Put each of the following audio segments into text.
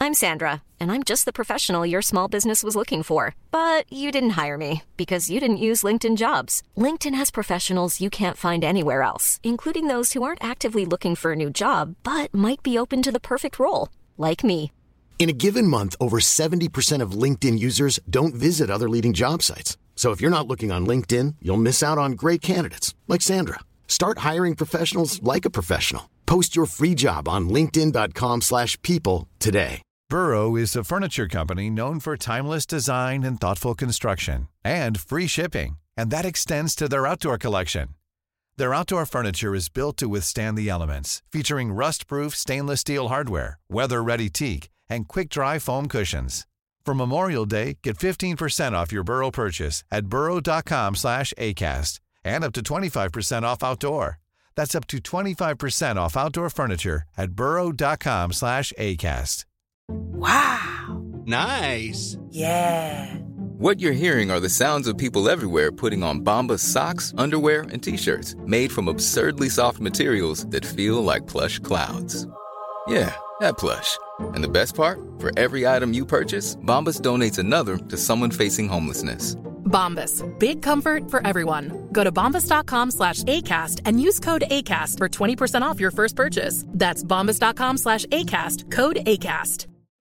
I'm Sandra, and I'm just the professional your small business was looking for. But you didn't hire me because you didn't use LinkedIn Jobs. LinkedIn has professionals you can't find anywhere else, including those who aren't actively looking for a new job, but might be open to the perfect role, like me. In a given month, over 70% of LinkedIn users don't visit other leading job sites. So if you're not looking on LinkedIn, you'll miss out on great candidates like Sandra. Start hiring professionals like a professional. Post your free job on linkedin.com/people today. Burrow is a furniture company known for timeless design and thoughtful construction and free shipping, and that extends to their outdoor collection. Their outdoor furniture is built to withstand the elements, featuring rust-proof stainless steel hardware, weather-ready teak, and quick-dry foam cushions. For Memorial Day, get 15% off your Burrow purchase at burrow.com/acast and up to 25% off outdoor. That's up to 25% off outdoor furniture at burrow.com/acast. Wow. Nice. Yeah. What you're hearing are the sounds of people everywhere putting on Bombas socks, underwear, and T-shirts made from absurdly soft materials that feel like plush clouds. Yeah, that plush. And the best part? For every item you purchase, Bombas donates another to someone facing homelessness. Bombas. Big comfort for everyone. Go to bombas.com/ACAST and use code ACAST for 20% off your first purchase. That's bombas.com/ACAST. Code ACAST.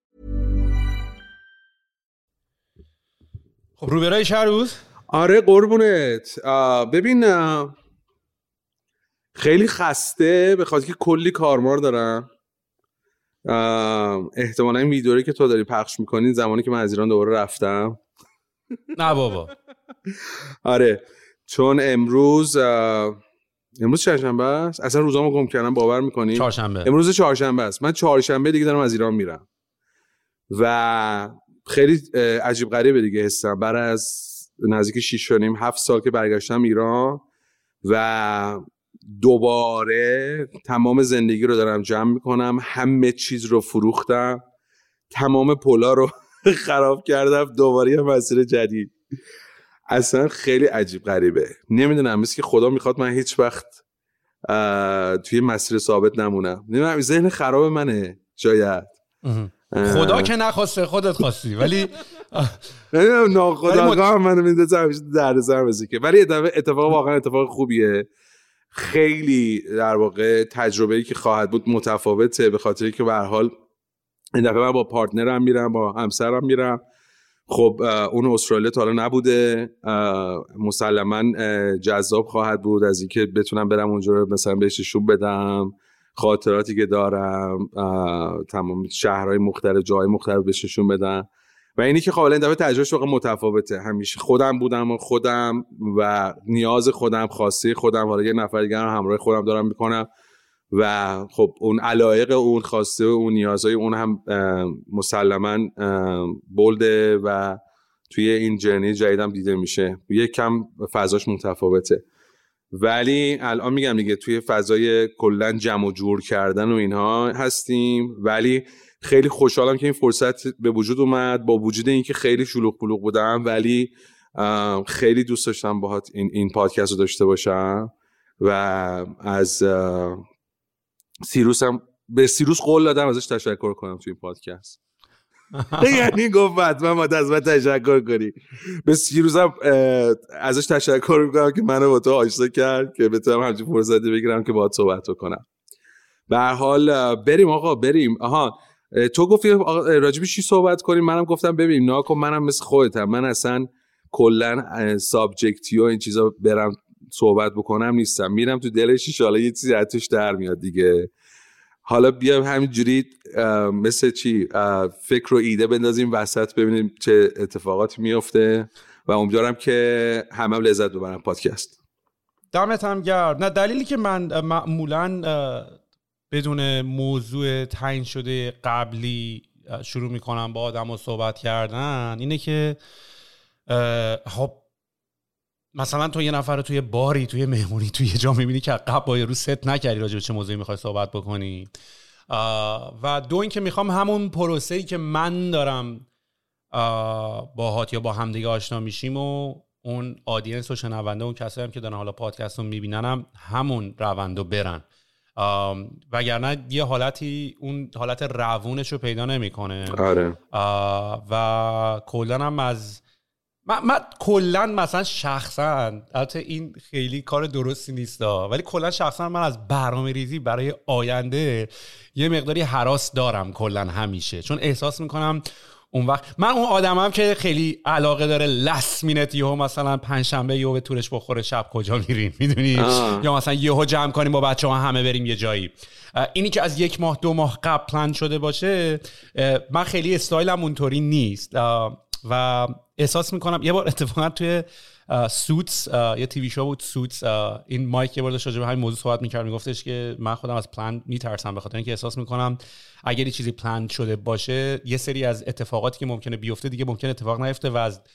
خب روبرای شهروز. آره قربونت. ببین خیلی خسته به خاطر که کلی کارمار دارم. احتمالا این ویدیویی که تو داری پخش میکنی زمانی که من از ایران دوباره رفتم. نه بابا. آره چون امروز چهارشنبه است. اصلا روزامو گم کردم، باور میکنی؟ چهارشنبه. امروز چهارشنبه است. من چهارشنبه دیگه دارم از ایران میرم و خیلی عجیب غریبه دیگه حسم. بعد از نزدیک 6.5-7 سال که برگشتم ایران و دوباره تمام زندگی رو دارم جمع میکنم. همه چیز رو فروختم، تمام پولا رو خراب کردم، دوباره یه مسیر جدید. اصلا خیلی عجیب غریبه. نمیدونم، مثل که خدا میخواد من هیچ وقت توی مسیر ثابت نمونم. نمیدونم ذهن خراب منه شاید. خدا که نخواسته، خودت خواستی. ولی ناخودآگاه منو میندازه همیشه دردسر بزنه. ولی اتفاق واقعا اتفاق خوبیه. خیلی در واقع تجربه‌ای که خواهد بود متفاوته، به خاطری که به هر حال این دفعه من با پارتنرم میرم، با همسرم میرم. خب اون استرالیا تا حالا نبوده، مسلماً جذاب خواهد بود از اینکه بتونم برم اونجا رو مثلا بهش نشون بدم خاطراتی که دارم، تمام شهرهای مختلف، جای مختلف بهش نشون بدم. و اینی که خب این دفعه تجربهش واقعا متفاوته. همیشه خودم بودم و خودم و نیاز خودم، خواسته خودم، حالا یه نفر دیگه هم همراه خودم دارم میکنم و خب اون علایق، اون خواسته، اون نیازهای اون هم مسلماً بولده و توی این جرنی جدیدم دیده میشه. یک کم فضاش متفاوته، ولی الان میگم دیگه توی فضای کلاً جمع و جور کردن و اینها هستیم. ولی خیلی خوشحالم که این فرصت به وجود اومد، با وجود اینکه خیلی شلوغ پلوغ بودم، ولی خیلی دوست داشتم باهات این پادکست رو داشته باشم و از سیروسم به سیروس قول دادم ازش تشکر کنم توی این پادکست. یعنی گفت حتما باید از من تشکر کنی. به سیروسم ازش تشکر میکنم که منو با تو آشنا کرد که بتونم همچین فرصتی بگیرم که باهات صحبت کنم. به هر حال بریم آقا، بریم. آها تو گفتی راجبی چی صحبت کنیم، منم گفتم ببین ناکن، منم مثل خودتم، من اصلا کلا سابجکتی و این چیزا برم صحبت بکنم نیستم، میرم تو دلش ایشالا یه چیزی از توش در میاد دیگه. حالا بیام همینجوری مثل چی فکر و ایده بندازیم وسط ببینیم چه اتفاقاتی میفته و امیدوارم که همه لذت ببرن پادکست. دمت هم گرم. نه دلیلی که من معمولاً بدون موضوع تعیین شده قبلی شروع میکنم با آدمو صحبت کردن اینه که خب مثلا تو یه نفر رو توی باری، توی مهمونی، توی یه جا میبینی که قبل با یه رو ست نکردی راجع به چه موضوعی میخوای صحبت بکنی، و دو این که میخوام همون پروسه‌ای که من دارم باهات یا با همدیگه آشنا میشیم و اون آدینس و شنونده، اون کسایی هم که دارن حالا پادکست رو میبینن هم همون روندو برن. وگرنه یه حالتی اون حالت روونش رو پیدا نمیکنه. آره. و کلا هم از من کلا مثلا شخصا، البته این خیلی کار درستی نیست ولی کلا شخصا من از برنامه‌ریزی برای آینده یه مقداری هراس دارم کلا همیشه، چون احساس میکنم اون وقت من اون آدمم که خیلی علاقه داره لاست مینت یهو مثلا پنجشنبه یهو به تورش بخوره شب کجا میریم میدونی، یا مثلا یهو جمع کنیم با بچه‌ها همه بریم یه جایی. اینی که از 1 ماه 2 ماه قبل پلان شده باشه من خیلی استایلم اونطوری نیست و احساس میکنم. یه بار اتفاقا توی سوتس یه تیوی شو بود سوتس، این مایک یه بار داشت راجع به همین موضوع صحبت میکرد، میگفتش که من خودم از پلان میترسم به خاطر اینکه احساس میکنم اگر چیزی پلان شده باشه یه سری از اتفاقاتی که ممکنه بیفته دیگه ممکنه اتفاق نیفته و از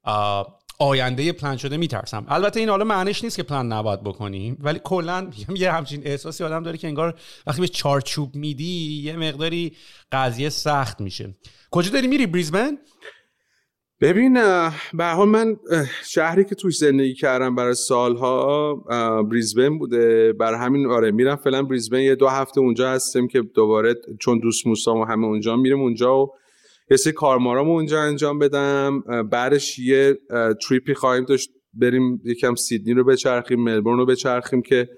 آینده پلان شده میترسم. البته این حالا معنیش نیست که پلان نباید بکنیم، ولی کلا یه همچین احساسی آدم داره که انگار وقتی به چارچوب میدی یه مقداری قضیه سخت میشه. کجا داری میری؟ بریزبن؟ ببین به هر حال من شهری که توش زندگی کردم برای سالها بریزبن بوده، برای همین آره میرم فعلا بریزبن، یه 2 هفته اونجا هستم که دوباره چون دوست موسام و همه اونجا میریم اونجا و یه سری کارمارامو اونجا انجام بدم. بعدش یه تریپی خواهیم داشت بریم یکم سیدنی رو بچرخیم، ملبورن رو بچرخیم که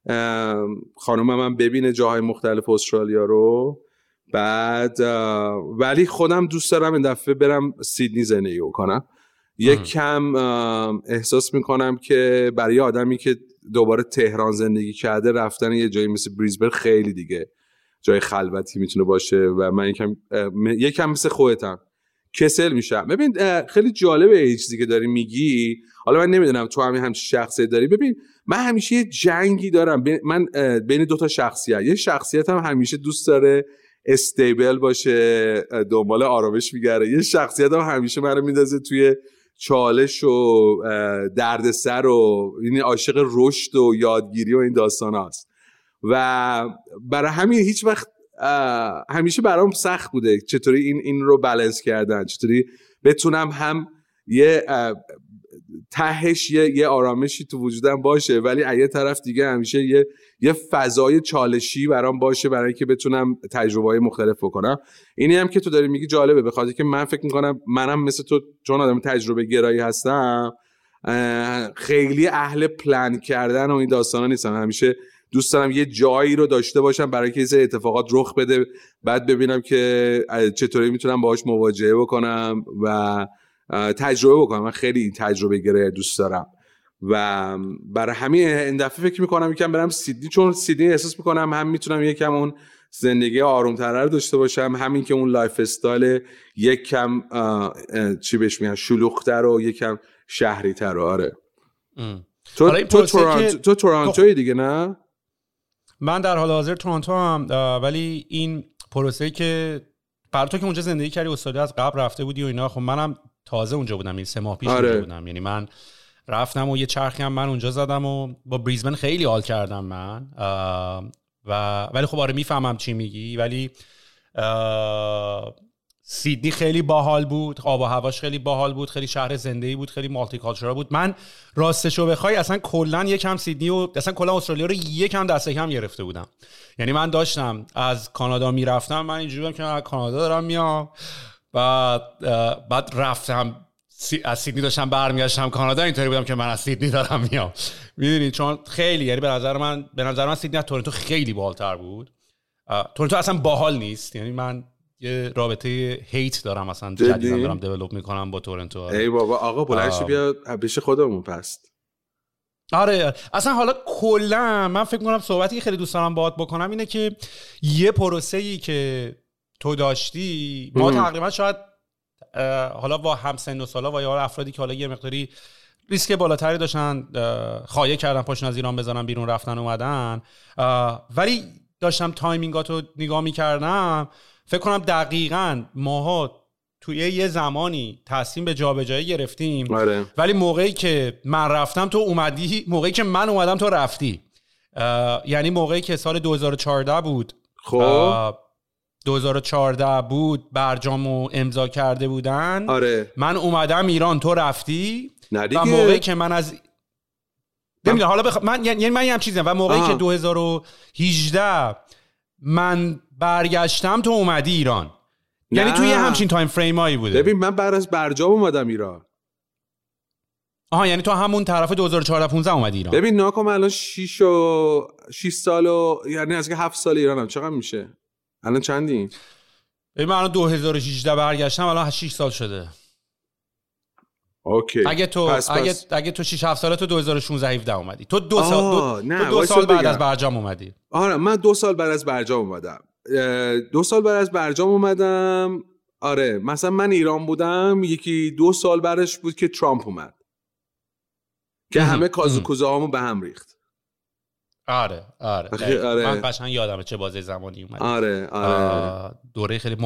خانومم من ببینه جاهای مختلف استرالیا رو. بعد ولی خودم دوست دارم این دفعه برم سیدنی زندگی کنم. یک کم احساس میکنم که برای آدمی که دوباره تهران زندگی کرده رفتن یه جایی مثل بریزبن خیلی دیگه جای خلوتی میتونه باشه و من یکم مثل خودتم کسل میشم. ببین خیلی جالبه این چیزی که داری میگی، حالا من نمیدونم تو همین شخصیت داری. ببین من همیشه یه جنگی دارم من بین 2 تا شخصیت. یه شخصیت هم همیشه دوست داره استیبل باشه، دنبال آرامش میگره. یه شخصیت هم همیشه منو میندازه توی چالش و دردسر و یعنی عاشق رشد و یادگیری و این داستان هست و برای همین هیچ وقت همیشه برام سخت بوده چطوری این رو بالانس کردن، چطوری بتونم هم یه تهش یه آرامشی تو وجودم باشه ولی از یه طرف دیگه همیشه یه فضای چالشی برام باشه برای اینکه بتونم تجربه‌های مختلف بکنم. اینی هم که تو داری میگی جالبه، به خاطر که من فکر میکنم منم مثل تو چون آدم تجربه گرایی هستم خیلی اهل پلان کردن و این داستانا نیستم. همیشه دوست دارم یه جایی رو داشته باشم برای که این اتفاقات رخ بده، بعد ببینم که چطوری میتونم باهاش مواجهه بکنم و تجربه بکنم. من خیلی این تجربه گرایی دوست دارم و برای همین این دفعه فکر میکنم یکم برم سیدنی، چون سیدنی احساس میکنم هم میتونم یکم اون زندگی آرومتر رو داشته باشم، همین که اون لایف استایل یکم چی بهش میگن شلوغ‌تر و یکم شهری‌تر رو. آره تو تورنتوی دیگه نه؟ من در حال حاضر تورنتو هم، ولی این پروسه‌ای که برای تو که اونجا زندگی کردی استرالیا از قبل رفته بودی و اینا، خب منم تازه اونجا بودم، این 3 ماه پیش اونجا بودم. یعنی من رفتم و یه چرخی هم من اونجا زدم و با بریزبن خیلی حال کردم من ولی خب آره میفهمم چی میگی، ولی سیدنی خیلی باحال بود، آب و هواش خیلی باحال بود، خیلی شهر زنده‌ای بود، خیلی مالتی کالچورال بود. من راستشو بخوای اصلا کلا یکم سیدنی و اصلا کلا استرالیا رو یکم دست کم گرفته بودم. یعنی من داشتم از کانادا میرفتم، من اینجوری بودم که از کانادا دارم میام، بعد رفتم از سیدنی داشتم برمیگشتم کانادا، اینطوری بودم که من از سیدنی دارم میام. میدونی چون خیلی یعنی به نظر من سیدنی از تورنتو خیلی باحال‌تر بود. تورنتو اصلا باحال نیست، یعنی من یه رابطه هیت دارم اصلا جدیدن دارم دیولپ میکنم با تورنتو. ای بابا آقا بلندش بیا پیش خودمون پس. آره اصلا حالا کلا من فکر میکنم صحبتی که خیلی دوست دارم باهات بکنم اینه که یه پروسه‌ای که تو داشتی ما تقریبا شاید حالا با همسن و سالا و یا افرادی که حالا یه مقداری ریسک بالاتری داشتن خایه کردن پاشون از ایران بزنن بیرون رفتن اومدن، ولی داشتم تایمینگاتو نگاه میکردم فکر کنم دقیقاً ماها توی یه زمانی تصمیم به جابجایی گرفتیم. آره. ولی موقعی که من رفتم تو اومدی، موقعی که من اومدم تو رفتی. یعنی موقعی که سال 2014 بود، خب 2014 بود برجامو امضا کرده بودن. آره. من اومدم ایران تو رفتی. نه دیگه. و موقعی که من از نمیدونم حالا من یعنی من هم چیزم و موقعی که 2018 من برگشتم تو اومدی ایران، یعنی توی همچین تایم فریمایی بوده. ببین من بعد از برجام اومدم ایران. یعنی تو همون طرف 2014-15 اومدی ایران. ببین ناکام الان 6 سال یعنی از که 7 سال ایرانم. چقدر میشه الان چندی؟ ببین من الان 2018 برگشتم، الان 6 سال شده. اوکی. اگه تو 6-7 ساله تو 2016-17 اومدی. تو 2 سال بعد از برجام اومدی. آره من 2 سال بعد از برجام اومدم. 2 سال بعد از برجام اومدم. آره مثلا من ایران بودم، یکی 2 سال بعدش بود که ترامپ اومد که همه کازوکوزهامو به هم ریخت. آره من قشنگ یادمه چه بازی زمانی اومد. آره دوره خیلی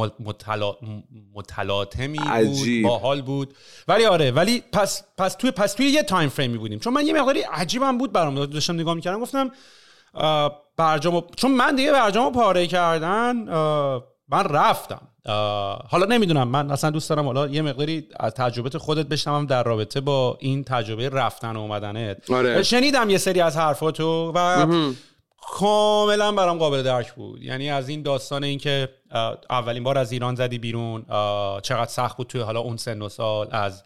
متلاطمی بود، باحال بود. ولی پس توی یه تایم فریمی بودیم، چون من یه مقداری عجیبم بود برام، داشتم نگاه می‌کردم گفتم برجامو، چون من دیگه برجامو پاره کردن من رفتم. حالا نمیدونم، من اصلا دوست دارم حالا یه مقداری از تجربه خودت بشنوم در رابطه با این تجربه رفتن و اومدنت. آره. شنیدم یه سری از حرفاتو و کاملا برام قابل درک بود. یعنی از این داستان این که اولین بار از ایران زدی بیرون، چقدر سخت بود توی حالا اون سن و سال، از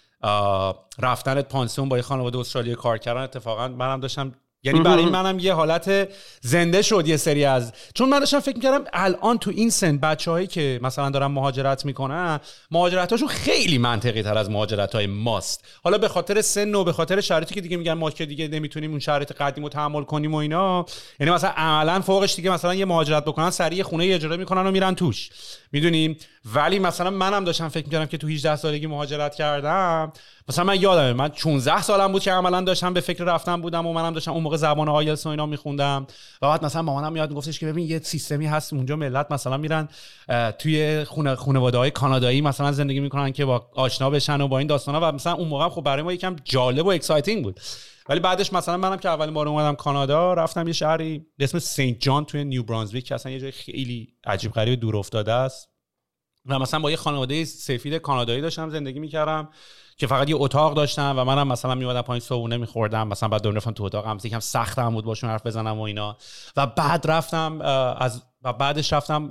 رفتنت پانسیون با یه خانواده استرالیایی کار کردن. اتفاقا منم داشتم، یعنی برای منم یه حالت زنده شد یه سری از، چون من داشتم فکر می‌کردم الان تو این سن بچه‌هایی که مثلا دارن مهاجرت میکنن، مهاجرتاشون خیلی منطقی تر از مهاجرت‌های ماست. حالا به خاطر سن و به خاطر شرایطی که دیگه میگن ما که دیگه نمیتونیم اون شرایط قدیمو تحمل کنیم و اینا، یعنی مثلا عملاً فوقش دیگه مثلا یه مهاجرت بکنن سریع خونه اجاره میکنن و میرن توش، میدونیم. ولی مثلا منم داشتم فکر می‌کردم که تو 18 سالگی مهاجرت کردم. مثلا من یادمه من 16 سالم بود که عملاً داشتم به فکر رفتن بودم و منم داشتم اون موقع زبان آیلتس و اینا میخوندم و بعد مثلا مامانم میاد میگفتش که ببین یه سیستمی هست اونجا ملت مثلا میرن توی خانواده‌های کانادایی مثلا زندگی میکنن که با آشنا بشن و با این داستانا، و مثلا اون موقع خب برای ما یکم جالب و اکسایتینگ بود. ولی بعدش مثلا منم که اولین بار اومدم کانادا، رفتم یه شهری به اسم سنت جان توی نیو برانزویک که اصلا یه جای خیلی عجیب غریب دور افتاده است و مثلا با یه خانواده سفید کانادایی داشتم زندگی میکردم که فقط یه اتاق داشتم و منم مثلا میومدم پایین صبحونه میخوردم، مثلا بعد رفتم تو اتاقم، یکم سختم بود باشون حرف بزنم و اینا. و بعد رفتم بعدش رفتم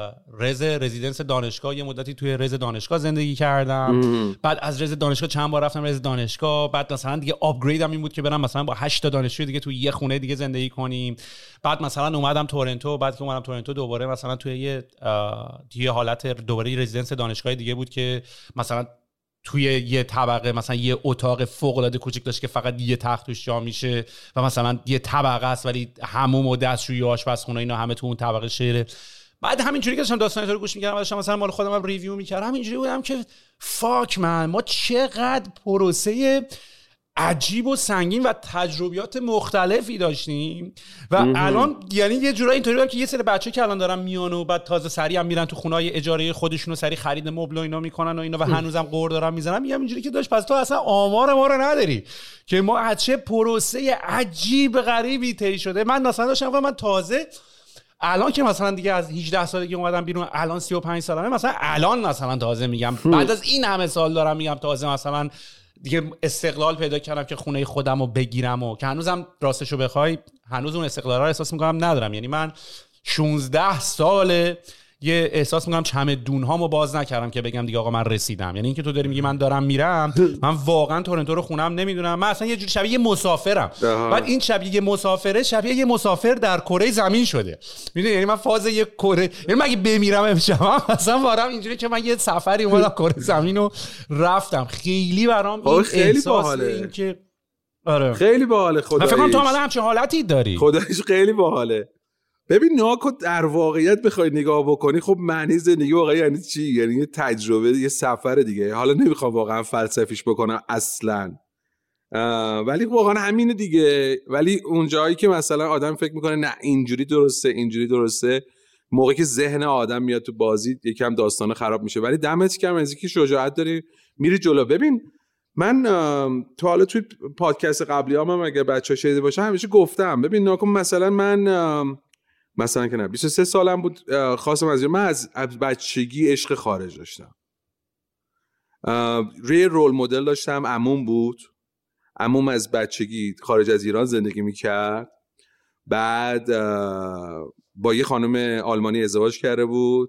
رزیدنس دانشگاه، یه مدتی توی رز دانشگاه زندگی کردم. بعد از رز دانشگاه چند بار رفتم رز دانشگاه. بعد مثلا دیگه آپگریدم این بود که برم مثلا با 8 تا دانشجو دیگه توی یه خونه دیگه زندگی کنیم. بعد مثلا اومدم تورنتو. بعد که اومدم تورنتو دوباره مثلا توی یه حالت دوباره رزیدنس دانشگاه دیگه بود که مثلا توی یه طبقه مثلا یه اتاق فوق العاده کوچیک داشت که فقط یه تخت توش جا میشه و مثلا یه طبقه است ولی حموم و دستشویی و آشپزخونه اینا همه تو اون طبقه شیره. بعد همینجوری که داشتم داستانا رو گوش می‌کردم، داشتم مثلا مال خودم هم ریویو می‌کردم، اینجوری بودم که فاک من، ما چقدر پروسه عجیب و سنگین و تجربیات مختلفی داشتیم و الان یعنی یه جورایی اینطوری بود که یه سری بچه‌ها که الان دارن میان و بعد تازه سریع هم میرن تو خونه‌های اجاره خودشون و سریع خرید مبل و اینا میکنن و اینا و هنوزم قور دارن میزنن. میگم اینجوری که داشت پس تو اصلا آمار ما رو نداری که ما از چه پروسه عجیب غریبی طی شده. من مثلا داشتم من تازه الان که مثلا دیگه از 18 سالگی اومدم بیرون، الان 35 سالمه، مثلا الان مثلا تازه میگم بعد از این همه سال دارم میگم تازه مثلا دیگه استقلال پیدا کردم که خونه خودم رو بگیرم و که هنوزم راستشو بخوای هنوز اون استقلال رو احساس میکنم ندارم. یعنی من 16 ساله یه احساس میکنم چمدون‌هامو باز نکردم که بگم دیگه آقا من رسیدم. یعنی اینکه تو داری میگی من دارم میرم، من واقعا تورنتو رو خونم نمیدونم. من اصلا یه جوری شبیه مسافرم. بعد این شبیه مسافره شبیه یه مسافر در کره زمین شده. میدونی یعنی من فاز یه کره، یعنی من اگه بمیرم امشب مثلا وارم اینجوری که من یه سفری اومدم کره زمین رو رفتم. خیلی برام این احساس این که آره خیلی باحاله. خداییش من فکر کنم تو هم همچین حالتی داری. خداییش خیلی باحاله. ببین ناکو در واقعیت بخوای نگاه بکنی، خب معنی زندگی واقعا یعنی چی؟ یعنی یه تجربه، یه سفر دیگه. حالا نمیخوام واقعا فلسفیش بکنم اصلا، ولی واقعا همینه دیگه. ولی اون جایی که مثلا آدم فکر میکنه نه اینجوری درسته اینجوری درسته، موقعی که ذهن آدم میاد تو بازی یکم داستان خراب میشه. ولی دمت گرم از اینکه شجاعت داری میری جلو. ببین من تو حالا توی پادکست قبلی هم اگه بچه‌ها شنیده باشن همیشه گفتم ببین ناکن مثلا من مثلا که نه 23 سالم بود خواستم من از بچگی عشق خارج داشتم. روی رول مدل داشتم، عموم بود عموم از بچگی خارج از ایران زندگی میکرد، بعد با یه خانم آلمانی ازدواج کرده بود،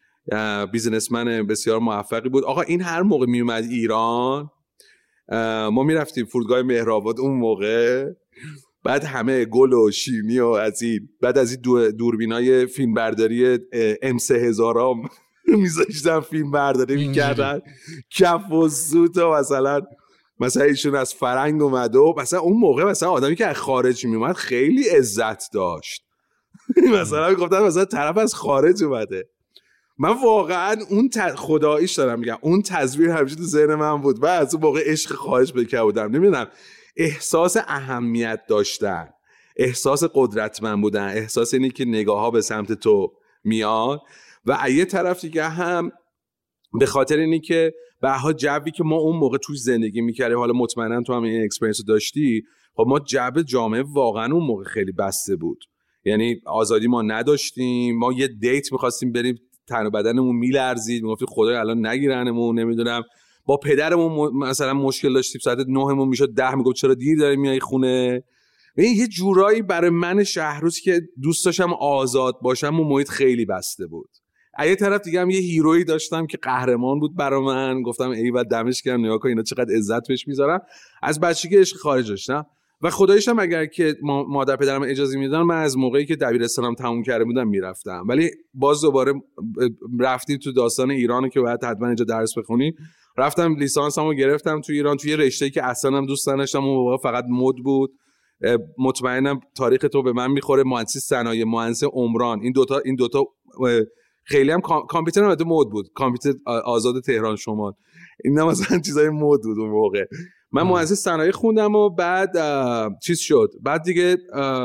بیزنسمن بسیار موفقی بود. آقا این هر موقع میومد ایران ما میرفتیم فرودگاه مهرآباد اون موقع، بعد همه گل و شیرینی و از این، بعد از این دوربینای فیلم برداری M3000 هم میذاشتن فیلم برداری میکردن، کف و سوت و مثلا ایشون از فرنگ اومده و مثلا اون موقع مثلا آدمی که از خارج میومد خیلی عزت داشت. مثلا میگفتن مثلا طرف از خارج اومده. من واقعا اون خداییش دارم میگم اون تصویر همیشه تو ذهن من بود و از اون موقع عشق خارج بکر بودم. نمیدونم، احساس اهمیت داشتن، احساس قدرتمند بودن، احساس اینی که نگاه ها به سمت تو میاد و یه طرف دیگه هم به خاطر اینی که به هر حال جوی که ما اون موقع توش زندگی میکردیم، حالا مطمئنا تو هم این اکسپریانس رو داشتی، خب ما جو جامعه واقعا اون موقع خیلی بسته بود، یعنی آزادی ما نداشتیم. ما یه دیت می‌خواستیم بریم تن و بدنمون میلرزید، میگفتیم خدای الان نگیرنمون. نمیدونم با پدرمون مثلا مشکل داشتیم، ساعت 9مون میشد 10 میگفت چرا دیر داری میای خونه. یه جورایی برای من شهروزی که دوست داشتم آزاد باشم و محیط خیلی بسته بود. یه طرف دیگه هم یه هیرویی داشتم که قهرمان بود برای من، گفتم ایول دمش گرم، نگاه کن اینا چقدر عزت بهش میذارم. از بچگی عشق خارج داشتم و خداییش هم اگر که مادر پدرم اجازه میدادن من از موقعی که دبیرستانم تموم کرده بودم میرفتم، ولی باز دوباره رفتیم تو داستان ایران که باید حتما اینجا درس بخونی. رفتم لیسانسمو گرفتم تو ایران، توی رشته‌ای که اصلا هم دوست نداشتم، اون موقع فقط مد بود. مطمئنم تاریخ تو به من میخوره، مهندسی صنایع، مهندسی عمران، این دوتا خیلی هم کامپیوتر هم مد بود، کامپیوتر آزاد تهران شمال، اینا مثلا چیزای مد بود اون موقع. من مهندسی صنایع خوندم و بعد چیز شد، بعد دیگه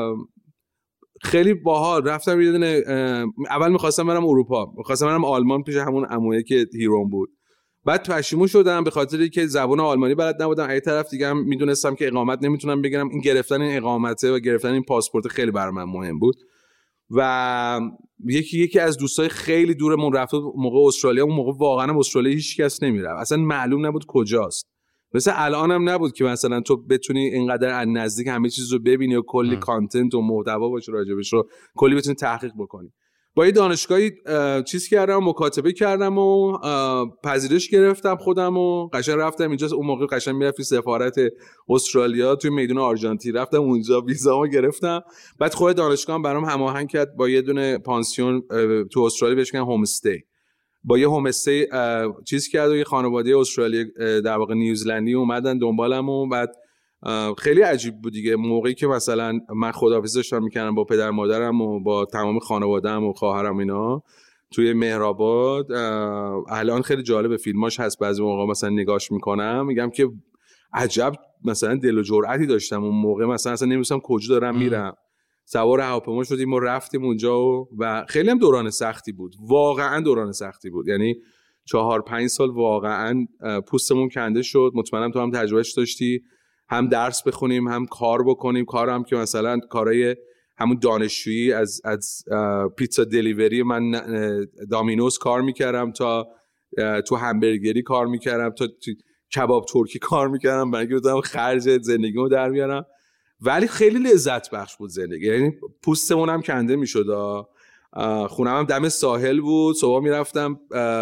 خیلی باحال رفتم یه دونه، اول می‌خواستم برم اروپا، می‌خواستم برم آلمان پیش همون عمویی که هیرون بود. بعد پشیمون شدم به خاطری که زبان آلمانی بلد نبودم. از طرف دیگه هم میدونستم که اقامت نمیتونم بگیرم، این گرفتن این اقامته و گرفتن این پاسپورت خیلی برام مهم بود. و یکی از دوستای خیلی دورمون رفت موقع استرالیا. اون موقع واقعا استرالیا هیچ کس نمیرفت، اصلا معلوم نبود کجاست. مثل الانم نبود که مثلا تو بتونی اینقدر از نزدیک همه چیز رو ببینی و کلی کانتنت و محتوا باشه راجبش رو کلی بتونی تحقیق بکنی. با یه دانشگاهی چیز کردم، مکاتبه کردم و پذیرش گرفتم خودم و قشنگ رفتم اینجا. اون موقع قشنگ میرفتی سفارت استرالیا توی میدون آرژانتین، رفتم اونجا ویزامو گرفتم. بعد خود دانشگاهم برام هماهنگ کرد با یه دونه پانسیون تو استرالیا بهش میگن هوم استی. با یه هوم استی چیز کرد و یه خانواده استرالیا در واقع نیوزلندی اومدن دنبالم و بعد خیلی عجیب بود دیگه. موقعی که مثلا من خداحافظی داشتم میکردم با پدر مادرم و با تمام خانواده‌ام و خواهرم اینا توی مهرآباد، الان خیلی جالب فیلماش هست، بعضی موقع مثلا نگاش میکنم میگم که عجب مثلا دل و جرأتی داشتم اون موقع، مثلا اصلا نمی‌دونستم کجا دارم میرم. سوار هواپیما شدیم و رفتیم اونجا و خیلی هم دوران سختی بود، واقعا دوران سختی بود. یعنی 4-5 سال واقعا پوستمون کنده شد. مطمئنم تو هم تجربهش داشتی، هم درس بخونیم هم کار بکنیم. کارم که مثلا کارهای همون دانشجویی از پیتزا دلیوری، من دامینوز کار میکردم تا تو همبرگری کار میکردم تا کباب ترکی کار میکردم برای اینکه بتونم خرج زندگیمو در بیارم. ولی خیلی لذت بخش بود زندگی، یعنی پوستمون هم کنده میشد. خونم هم دم ساحل بود، صبح میرفتم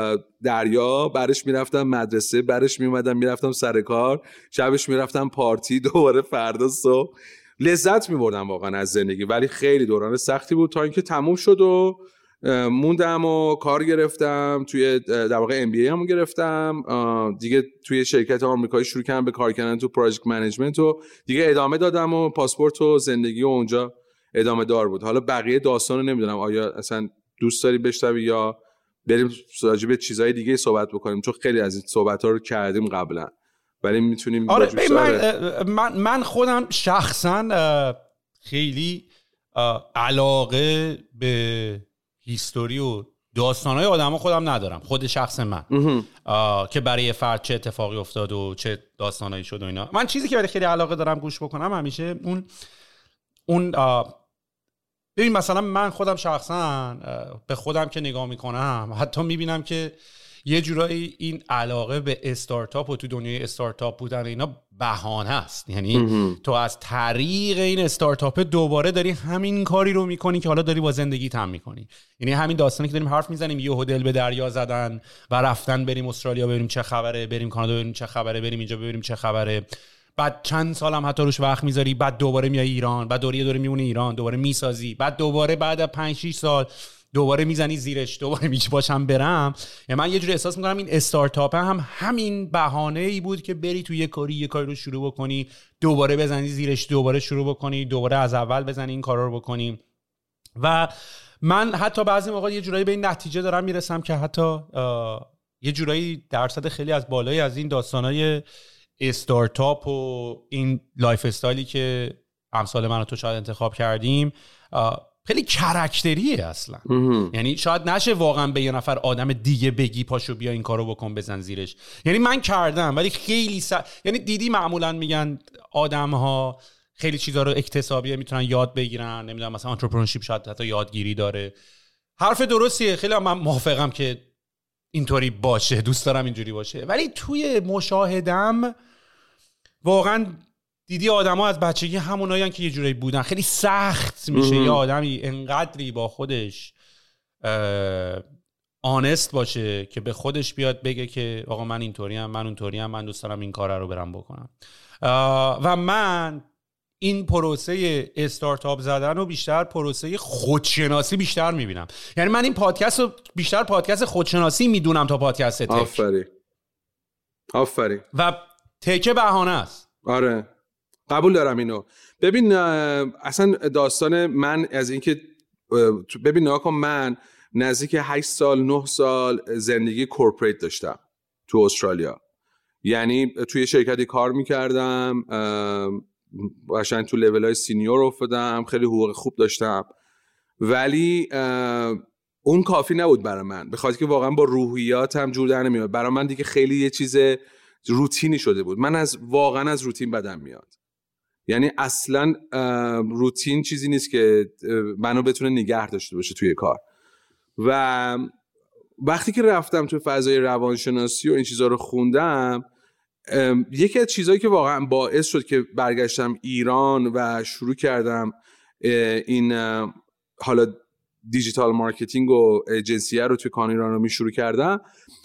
دریا، بعدش میرفتم مدرسه، بعدش میومدم میرفتم سر کار، شبش میرفتم پارتی، دوباره فردا صبح. لذت میبردم واقعا از زندگی، ولی خیلی دوران سختی بود تا اینکه تموم شد و موندم و کار گرفتم توی در واقع MBA همون گرفتم دیگه. توی شرکت آمریکایی شروع کردم به کار کردن تو پروژکت منیجمنت و دیگه ادامه دادم و پاسپورت و زندگی و اونجا ادامه دار بود. حالا بقیه داستان رو نمیدونم آیا اصلا دوست داری بشنوی یا بریم راجع به چیزای دیگه صحبت بکنیم، چون خیلی از این صحبت‌ها رو کردیم قبلا، ولی میتونیم من خودم شخصا خیلی علاقه به هیستوری و داستان‌های آدم‌ها خودم ندارم، خود شخص من که برای فرد چه اتفاقی افتاد و چه داستانایی شد و اینا. من چیزی که برای خیلی علاقه دارم گوش بکنم همیشه اون ببین مثلا من خودم شخصا به خودم که نگاه میکنم حتی میبینم که یه جورایی این علاقه به استارتاپ و تو دنیای استارتاپ بودن اینا بهانه است. یعنی تو از طریق این استارتاپ دوباره داری همین کاری رو میکنی که حالا داری با زندگیت هم میکنی. یعنی همین داستانی که داریم حرف میزنیم، یهو دل به دریا زدن و رفتن بریم استرالیا ببینیم چه خبره، بریم کانادا ببینیم چه خبره، بریم اینجا ببینیم چه خبره، بعد چند سالم حتی روش وقت میذاری، بعد دوباره میای ایران، بعد دوره میمونی ایران، دوباره میسازی، بعد دوباره بعد 5-6 سال دوباره میزنی زیرش، دوباره میگی باشم برم. یعنی من یه جوری احساس میکنم این استارتاپ هم همین بهانه ای بود که بری تو یه کاری رو شروع بکنی، دوباره بزنی زیرش، دوباره شروع بکنی، دوباره از اول بزنی این کارا رو بکنی. و من حتی بعضی موقع یه جورایی به این نتیجه دارم میرسم که حتی یه جورایی درصد خیلی از بالایی از این داستانای استارتاپ و این لایف استایلی که امثال من و تو شاید انتخاب کردیم خیلی کرکتریه اصلا. یعنی شاید نشه واقعا به یه نفر آدم دیگه بگی پاشو بیا این کارو بکن بزن زیرش. یعنی من کردم ولی خیلی یعنی دیدی معمولا میگن آدم‌ها خیلی چیزا رو اکتسابیه میتونن یاد بگیرن، نمیدونم مثلا انترپرنورشیپ شاید حتی یادگیری داره. حرف درستیه، خیلی من موافقم که اینطوری باشه، دوست دارم اینجوری باشه. ولی توی مشاهدم واقعا دیدی آدم‌ها از بچگی همونایین که یه جوری بودن. خیلی سخت میشه یه آدمی انقدری با خودش آنست باشه که به خودش بیاد بگه که آقا من اینطوریم، من اونطوریم، من دوست دارم این کار رو برم بکنم. و من این پروسه استارتاپ زدن رو بیشتر پروسه خودشناسی بیشتر میبینم. یعنی من این پادکست رو بیشتر پادکست خودشناسی میدونم تا پادکست تک. آفرین. و تک بهانه است. آره قبول دارم اینو. ببین اصلا داستان من از اینکه ببین نگاه کن، من نزدیک 8 سال 9 سال زندگی کورپریت داشتم تو استرالیا. یعنی توی شرکتی کار میکردم، قشنگ تو لیول‌های سینیور افتادم، خیلی حقوق خوب داشتم، ولی اون کافی نبود برای من، به خاطر که واقعا با روحیاتم جور در نمیاد. برای من دیگه خیلی یه چیز روتینی شده بود. من واقعا از روتین بدم میاد. یعنی اصلا روتین چیزی نیست که منو بتونه نگه داشته باشه توی کار. و وقتی که رفتم توی فضای روانشناسی و این چیزا رو خوندم، یکی از چیزایی که واقعا باعث شد که برگشتم ایران و شروع کردم این حالا دیجیتال مارکتینگ و ایجنسیه رو توی کان ایران رو شروع کردم،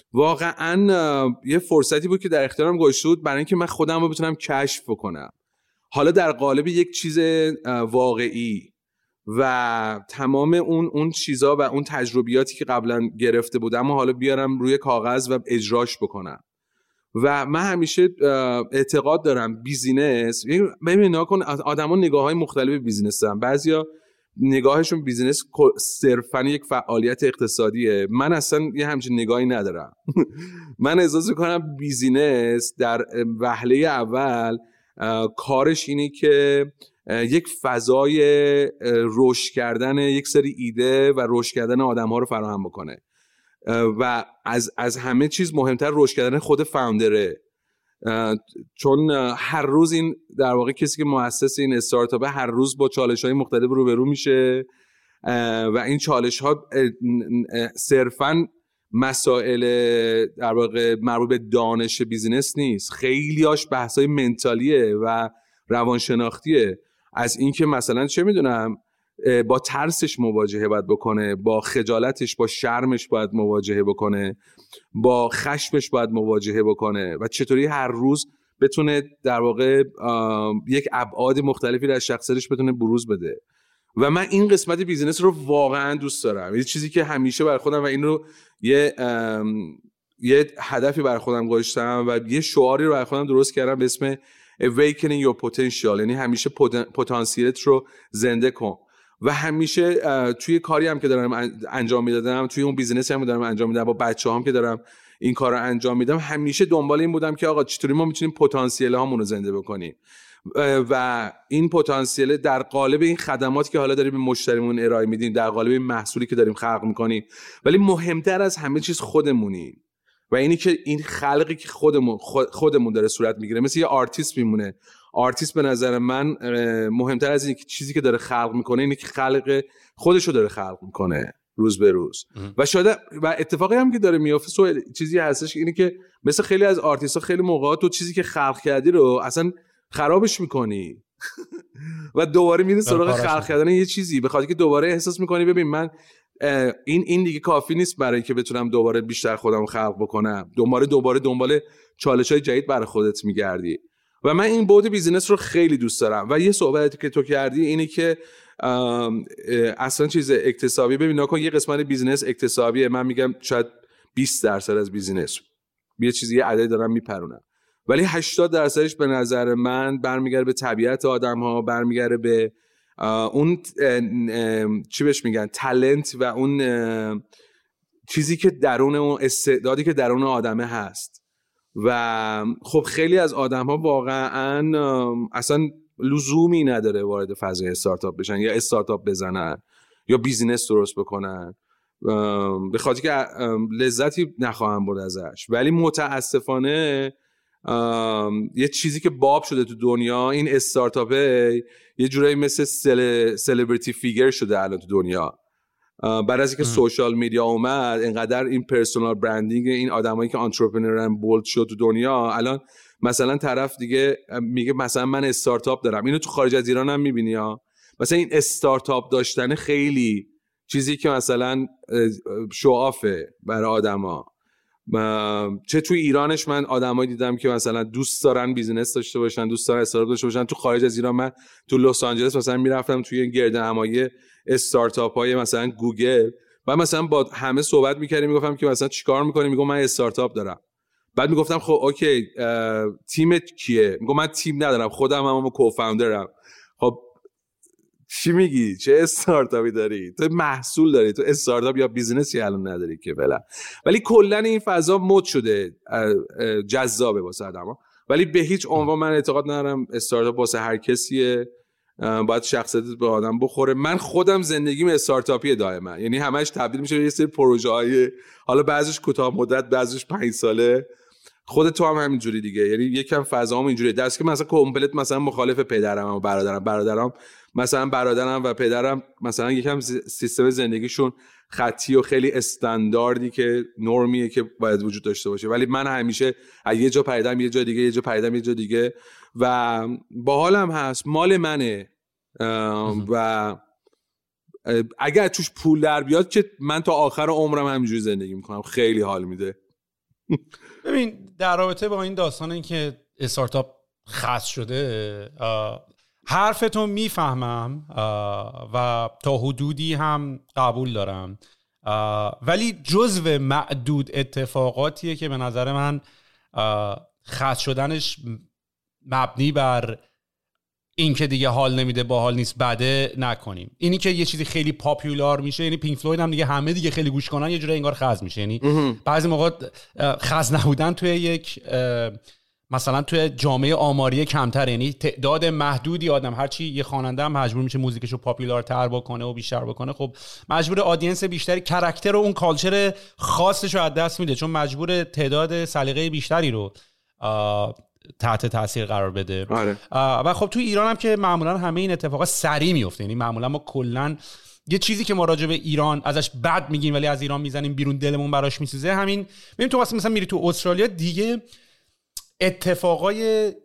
واقعا یه فرصتی بود که در اختیارم گذاشته بود برای اینکه من خودم رو بتونم کشف بکنم، حالا در قالب یک چیز واقعی. و تمام اون چیزا و اون تجربیاتی که قبلا گرفته بودم و حالا بیارم روی کاغذ و اجراش بکنم. و من همیشه اعتقاد دارم بیزینس، ببین نگاه کن، آدما نگاه‌های مختلف بیزینس دارن. بعضیا نگاهشون بیزینس صرفاً یک فعالیت اقتصادیه. من اصلا یه همچین نگاهی ندارم. من احساس می‌کنم بیزینس در وهله اول کارش اینه که یک فضای رشد کردن یک سری ایده و رشد کردن آدم‌ها رو فراهم بکنه و از همه چیز مهمتر رشد کردن خود فاوندره. چون هر روز این در واقع کسی که مؤسس این استارتاپه هر روز با چالش‌های مختلف روبرو میشه و این چالش‌ها صرفاً مسائل در واقع مربوط به دانش بیزینس نیست، خیلی‌هاش بحث‌های منتالیه و روانشناختیه. از اینکه مثلا چه میدونم با ترسش مواجهه باید بکنه، با خجالتش، با شرمش باید مواجهه بکنه، با خشمش باید مواجهه بکنه و چطوری هر روز بتونه در واقع یک ابعاد مختلفی در شخصیتش بتونه بروز بده. و من این قسمت بیزینس رو واقعا دوست دارم. یه چیزی که همیشه برای خودم و این رو یه هدفی برای خودم گذاشتم و یه شعاری رو برای خودم درست کردم به اسم Awakening Your Potential، یعنی همیشه پتانسیلت رو زنده کن. و همیشه توی کاری هم که دارم انجام میدادم، توی اون بیزینسی هم که دارم انجام میدم، با بچه‌هام که دارم این کار رو انجام میدم، همیشه دنبال این بودم که آقا چطوری ما میتونیم پتانسیل هامون رو زنده بکنیم و این پتانسیل در قالب این خدماتی که حالا داریم به مشتریمون ارائه میدیم، در قالب این محصولی که داریم خلق میکنیم، ولی مهمتر از همه چیز خودمونیم و اینی که این خلقی که خودمون داره صورت میگیره. مثل یه آرتیست میمونه. آرتیست به نظر من مهمتر از این چیزی که داره خلق میکنه اینه که خلق خودشو داره خلق میکنه. روز به روز. و شاید و اتفاقی هم که داره میفته چیزی هستش اینه که مثل خیلی از آرتیست‌ها خیلی موقعا تو چیزی که خلق کردی رو اصلا خرابش میکنی و دوباره میری سراغ خلق کردن یه چیزی، به خاطر که دوباره احساس میکنی ببین من این دیگه کافی نیست برای که بتونم دوباره بیشتر خودم خلق بکنم، دوباره دنبال چالش‌های جدید برای خودت میگردی. و من این بعد بیزینس رو خیلی دوست دارم. و یه صحبتی که تو کردی اینه که اصلا چیز اکتسابی، ببین نکن یه قسمت بیزینس اکتسابیه، من میگم شاید 20% از بیزینس یه چیزی یه عددی دارم میپرونم، ولی 80%ش به نظر من برمیگرده به طبیعت آدم‌ها، برمیگرده به اون چی بهش میگن تالنت و اون چیزی که درون اون استعدادی که درون آدمه هست. و خب خیلی از آدم‌ها واقعاً اصلا لزومی نداره وارد فضای استارتاپ بشن یا استارتاپ بزنن یا بیزینس درست بکنن به خاطر که لذتی نخواهم برد ازش. ولی متاسفانه یه چیزی که باب شده تو دنیا، این استارتاپه یه جورایی مثل سلبریتی فیگر شده الان تو دنیا. بعد از اینکه سوشال میدیا اومد، اینقدر این پرسونال برندینگ این آدمایی که آنترپرنورن بولد شد تو دنیا، الان مثلا طرف دیگه میگه مثلا من استارتاپ دارم. اینو تو خارج از ایران هم میبینی ها، مثلا این استارتاپ داشتن خیلی چیزی که مثلا شوآفه برای آدما. چه توی ایرانش من آدمایی دیدم که مثلا دوست دارن بیزینس داشته باشن، دوست دارن استارتاپ داشته باشن. تو خارج از ایران من تو لس آنجلس مثلا میرفتم توی گردهمایی استارتاپ های مثلا گوگل و مثلا با همه صحبت میکردیم، میگفتم که مثلا چیکار میکنی؟ میگم من استارتاپ دارم. بعد میگفتم خب اوکی تیمت کیه؟ میگم من تیم ندارم، خودم هم کوفاندرم. خب چی میگی؟ چه استارتاپی داری؟ تو محصول داری، تو استارتاپ یا بیزینسی الان نداری که بله. ولی کلا این فضا مد شده، جذابه واسه آدما. ولی به هیچ عنوان من اعتقاد ندارم استارتاپ واسه هر کسیه، باید شخصیتت به آدم بخوره. من خودم زندگیم استارتاپیه دائما، یعنی همش تبدیل میشه به یه سری پروژه‌های، حالا بعضیش کوتاه مدت، بعضیش 5 ساله. خودت تو هم همینجوری دیگه، یعنی یکم فضاام اینجوریه. درست که مثلا کامپلت مثلا مخالف پدرم و برادرم مثلا برادرم و پدرم مثلا یکم سیستم زندگیشون خطی و خیلی استانداردی که نرمیه که باید وجود داشته باشه، ولی من همیشه از یه جا پریدم یه جا دیگه، یه جا پریدم یه جا دیگه و باحالم هست، مال منه. و اگر توش پول در بیاد که من تا آخر عمرم همینجوری زندگی میکنم، خیلی حال میده. ببین در رابطه با این داستان این که استارتاپ خاص شده، حرفتون میفهمم و تا حدودی هم قبول دارم، ولی جزو معدود اتفاقاتیه که به نظر من خاص شدنش مبنی بر این که دیگه حال نمیده، باحال نیست، بده نکنیم. اینی که یه چیزی خیلی پاپولار میشه، یعنی پینک فلوید هم دیگه همه دیگه خیلی گوش کنن، یه جوری انگار خاص میشه. یعنی بعضی موقع خاص نبودن توی یک مثلا توی جامعه آماری کمتر، یعنی تعداد محدودی آدم، هرچی یه خواننده هم مجبور میشه موزیکشو پاپولارتر بکنه و بیشتر بکنه، خب مجبور آدینس بیشتری کاراکتر و اون کالچر خاصش رو از دست میده، چون مجبور تعداد سلیقه بیشتری رو تحت تاثیر قرار بده. آره. و خب تو ایران هم که معمولا همه این اتفاقا سریع میفته، یعنی معمولا ما کلا یه چیزی که ما راجع به ایران ازش بد میگیم ولی از ایران میزنیم بیرون، دلمون براش میسوزه. همین ببین تو مثلا میری تو استرالیا دیگه اتفاقای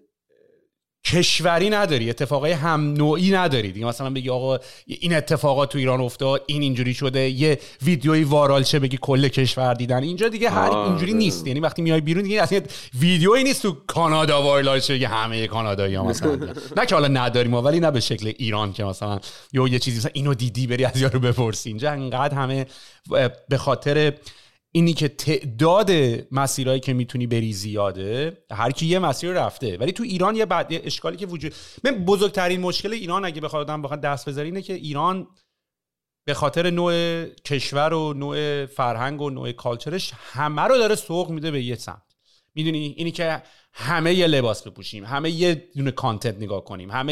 کشوری نداری، اتفاقای هم نوعی نداری دیگه. مثلا بگی آقا این اتفاقات تو ایران افتاد، این اینجوری شده، یه ویدیوی وایرال شه بگی کل کشور دیدن. اینجا دیگه هر اینجوری نیست، یعنی وقتی میای بیرون دیگه اصلا ویدیویی نیست تو کانادا وایرال شه که همه کانادایی‌ها مثلا نه که حالا نداریم ولی نه به شکل ایران که مثلا یه چیزی مثلا اینو دیدی بری از یارو بپرسی. اینجا انقدر همه به خاطر اینی که تعداد مسیرهایی که میتونی بری زیاده، هر کی یه مسیر رفته. ولی تو ایران یه اشکالی که وجود، من بزرگترین مشکل ایران اگه بخواد آدم بخواد دست بذاره اینه که ایران به خاطر نوع کشور و نوع فرهنگ و نوع کالچرش همه رو داره سوق میده به یه سمت. میدونی اینی که همه یه لباس بپوشیم، همه یه دونه کانتنت نگاه کنیم، همه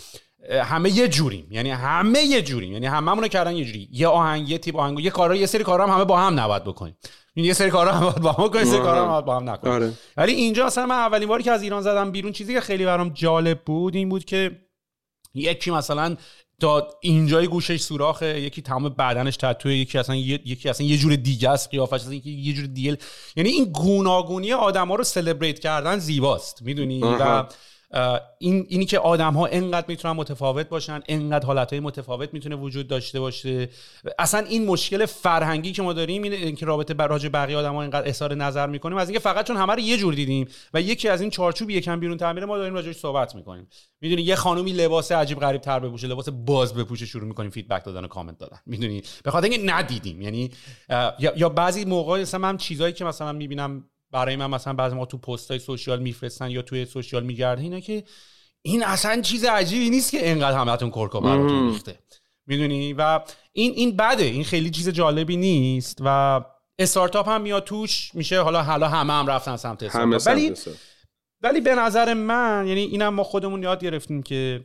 یه جوریم، یعنی همه یه جوریم، یعنی هممون رو کردن یه جوری، یه آهنگ، یه تیپ آهنگ، یه کارا، یه سری کارا هم همه با هم نباید بکنیم، یه سری کارا هم با هم کنیم، یه سری کارا هم با هم نکنیم. ولی اینجا اصلا من اولین باری که از ایران زدم بیرون، چیزی که خیلی برام جالب بود این بود که یکی مثلا تا اینجای گوشش سوراخه، یکی تمام بدنش تتوئه، یکی اصلا یه جور دیگه است قیافش، اصلا یه جور دیگه. یعنی این گوناگونی آدما رو سلبریت کردن زیباست، میدونی. و اینی که آدم‌ها انقدر میتونن متفاوت باشن، انقدر حالتهای متفاوت میتونه وجود داشته باشه. اصلا این مشکل فرهنگی که ما داریم اینه که رابطه راجع بقیه آدم‌ها انقدر اظهار نظر میکنیم از اینکه فقط چون همه رو یه جور دیدیم و یکی از این چارچوب یکم بیرون تعمیره ما داریم راجعش صحبت میکنیم. میدونی یه خانومی لباس عجیب غریب تر بپوشه، لباس باز بپوشه، شروع میکنیم فیدبک دادن و کامنت دادن، میدونی، به خاطر اینکه ندیدیم. یعنی یا بعضی موقع مثلا من چیزایی که مثلا میبینم برای من مثلا بعضی ما تو پست‌های سوشیال میفرستن یا توی سوشیال میگرده اینا که این اصلا چیز عجیبی نیست که اینقدر همتون کرکو براتون ریخته، میدونی. و این بده، این خیلی چیز جالبی نیست و استارتاپ هم میاد توش میشه. حالا همه هم رفتن سمت استارتاپ، ولی به نظر من یعنی اینم ما خودمون یاد گرفتیم که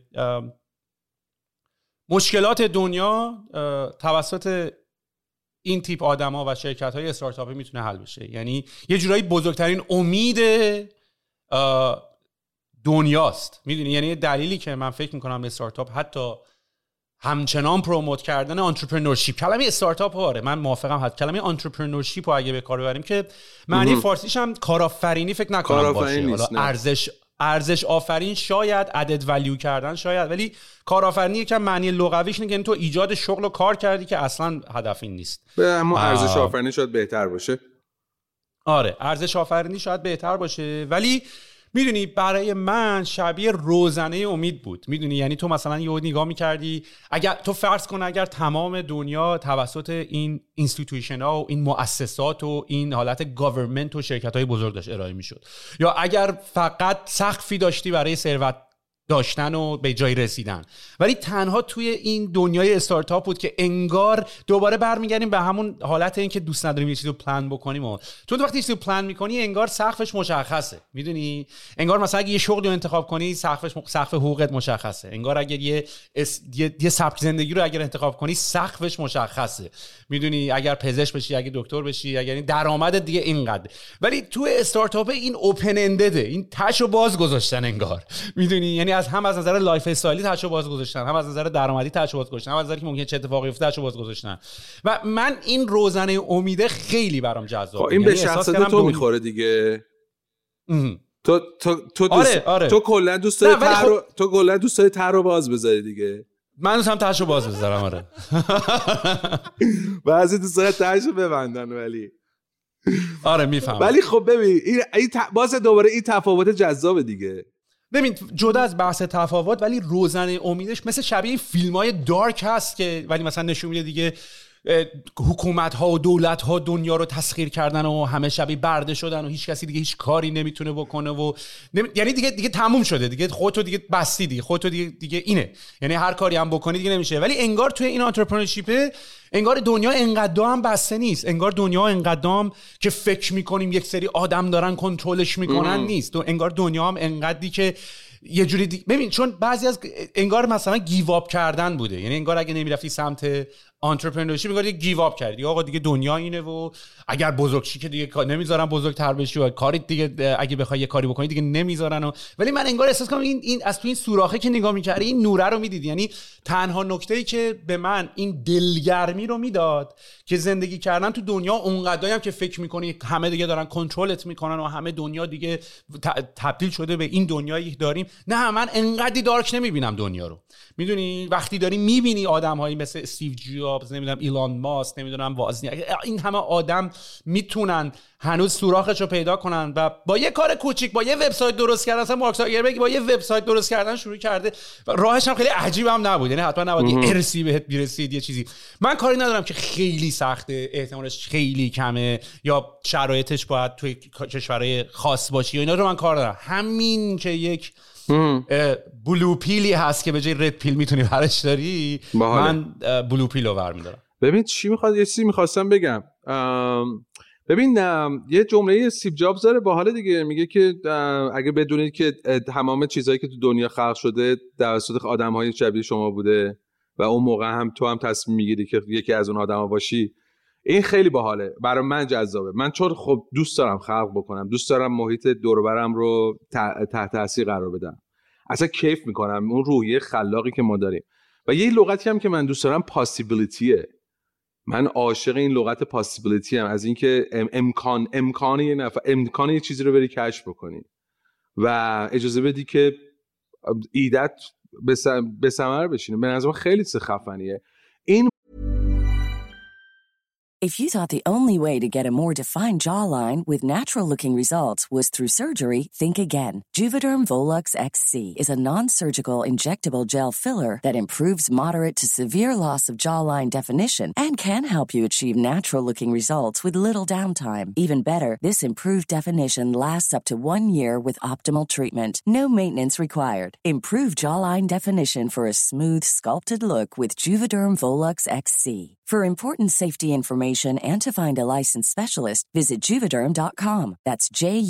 مشکلات دنیا توسط این تیپ آدما و شرکت‌های استارتاپی میتونه حل بشه. یعنی یه جورایی بزرگترین امید دنیاست، میدونی. یعنی دلیلی که من فکر میکنم استارتاپ حتی همچنان پروموت کردن انترپرنورشیپ، کلمه استارتاپ آره من موافقم، حتی کلمه انترپرنورشیپ رو اگه به کار ببریم که معنی فارسیش هم کارآفرینی فکر نکنم باشه. حالا ارزش آفرین شاید، added value کردن شاید، ولی کارآفرینی یکم معنی لغویش اینه که تو ایجاد شغل و کار کردی که اصلا هدف این نیست. اما ارزش آفرینی شاید بهتر باشه. آره ارزش آفرینی شاید بهتر باشه، ولی میدونی برای من شبیه روزنه امید بود، میدونی. یعنی تو مثلا یه نگاه میکردی، اگر تو فرض کن اگر تمام دنیا توسط این اینستیتوشن ها و این مؤسسات و این حالت گاورمنت و شرکت های بزرگ داشت ارائه میشد، یا اگر فقط سقفی داشتی برای ثروت داشتن و به جای رسیدن، ولی تنها توی این دنیای استارتاپ بود که انگار دوباره برمیگردیم به همون حالت این که دوست نداریم یه چیزی رو پلان بکنیم. و تو وقتی چیزی رو پلان میکنی انگار سقفش مشخصه، میدونی. انگار مثلا اگه یه شغلی رو انتخاب کنی سقف حقوقت مشخصه. انگار اگر یه سبک زندگی رو اگر انتخاب کنی سقفش مشخصه، میدونی. اگر پزشک بشی، اگه دکتر بشی، اگر این درآمدت دیگه اینقدر. ولی تو استارتاپ این اوپن اندده، این تاشو باز گذاشتن انگار، میدونی. یعنی از نظر لایف استایلی تاشو باز گذاشتن، هم از نظر درآمدی تاشو باز گذاشتن، هم از نظری که ممکنه چه اتفاقی بیفته تاشو باز گذاشتن. و من این روزنه امید خیلی برام جذابه. این به شخصیت تو میخوره دیگه. تو کلا دوست داری دوست داری تر رو باز بذاری دیگه. من دوستم تاشو باز بذارم. آره بعضی دوست دارن تاشو ببندن، ولی آره میفهمم. ولی خب ببین این باز دوباره این تفاوت جذابه دیگه. ببین جدا از بحث تفاوت، ولی روزنه امیدش مثل شبیه فیلم‌های دارک هست که ولی مثلا نشون میده دیگه حکومت‌ها و دولت‌ها دنیا رو تسخیر کردن و همه شبیه برده شدن و هیچ کسی دیگه هیچ کاری نمیتونه بکنه و یعنی دیگه تموم شده دیگه، خودتو دیگه بستی دیگه، خودتو دیگه اینه، یعنی هر کاری هم بکنی دیگه نمیشه. ولی انگار توی این انترپرنورشیپ انگار دنیا انقدر هم بسته نیست، انگار دنیا انقدر که فکر میکنیم یک سری آدم دارن کنترلش میکنن نیست. تو انگار دنیا هم انقدری که یه جوری ببین، چون بعضی از انگار مثلا گیو اپ کردن بوده، یعنی انگار اگه نمیرفتی سمت انترپرنورشیپ انگار دیگه گیو اپ کردی، آقا دیگه دنیا اینه و اگر بزرگ شی که دیگه نمیذارن بزرگتر بشی و کاری دیگه اگه بخوای یه کاری بکنی دیگه نمیذارن. ولی من انگار احساس کنم این از تو این سوراخه که نگاه می‌کردی این نوره رو میدیدی. یعنی تنها نکته‌ای که به من این دلگرمی رو میداد که زندگی کردن تو دنیا اونقدری هم که فکر می‌کنی همه دیگه دارن کنترلت میکنن و همه دنیا دیگه تبدیل شده به این دنیایی که داریم. نه من انقدی دارک نمیبینم دنیا رو، میدونی. وقتی داری میبینی آدم‌هایی مثل استیو جابز، نمیدونم ایلان ماسک، نمیدونم وازنیاک، این همه آدم میتونن هنوز سوراخشو پیدا کنن و با یه کار کوچیک، با یه وبسایت درست کردن، مثلا مارک زاکربرگ با یه وبسایت درست کردن شروع کرده و راهش هم خیلی عجیبم نبود، یعنی حتما نباید یه ارسی بهت برسید یه چیزی. من کاری ندارم که خیلی سخته، احتمالش خیلی کمه یا شرایطش باید توی کشورهای خاص باشه، اینا رو من کار ندارم. همین که یک بلو پیلی هست که به جای رد پیل میتونی برش داری، من بلو پیل رو برمیدارم. ببین چی میخواد، یه چیزی میخواستم بگم. ببین یه جمله استیو جابز داره باحال دیگه، میگه که اگه بدونید که تمام چیزایی که تو دنیا خلق شده توسط آدم‌های شبیه شما بوده و اون موقع هم تو هم تصمیم میگیری که یکی از اون آدما باشی، این خیلی باحاله، برای من جذابه. من چون خب دوست دارم خلق بکنم، دوست دارم محیط دور و برم رو تحت تاثیر قرار بدم، اصلا کیف میکنم اون روحیه خلاقی که ما داریم. و یه لغتی هم که من دوست دارم پاسیبیلیتیه. من عاشق این لغت پاسیبیلیتی هم، از اینکه امکان یه چیزی رو بری کشف بکنی و اجازه بدی که ایدت به ثمر بشینه. به نظرم خیلی خفنیه این. If you thought the only way to get a more defined jawline with natural-looking results was through surgery, think again. Juvederm Volux XC is a non-surgical injectable gel filler that improves moderate to severe loss of jawline definition and can help you achieve natural-looking results with little downtime. Even better, this improved definition lasts up to 1 year with optimal treatment. No maintenance required. Improve jawline definition for a smooth, sculpted look with Juvederm Volux XC. For important safety information and to find a licensed specialist, visit Juvederm.com. That's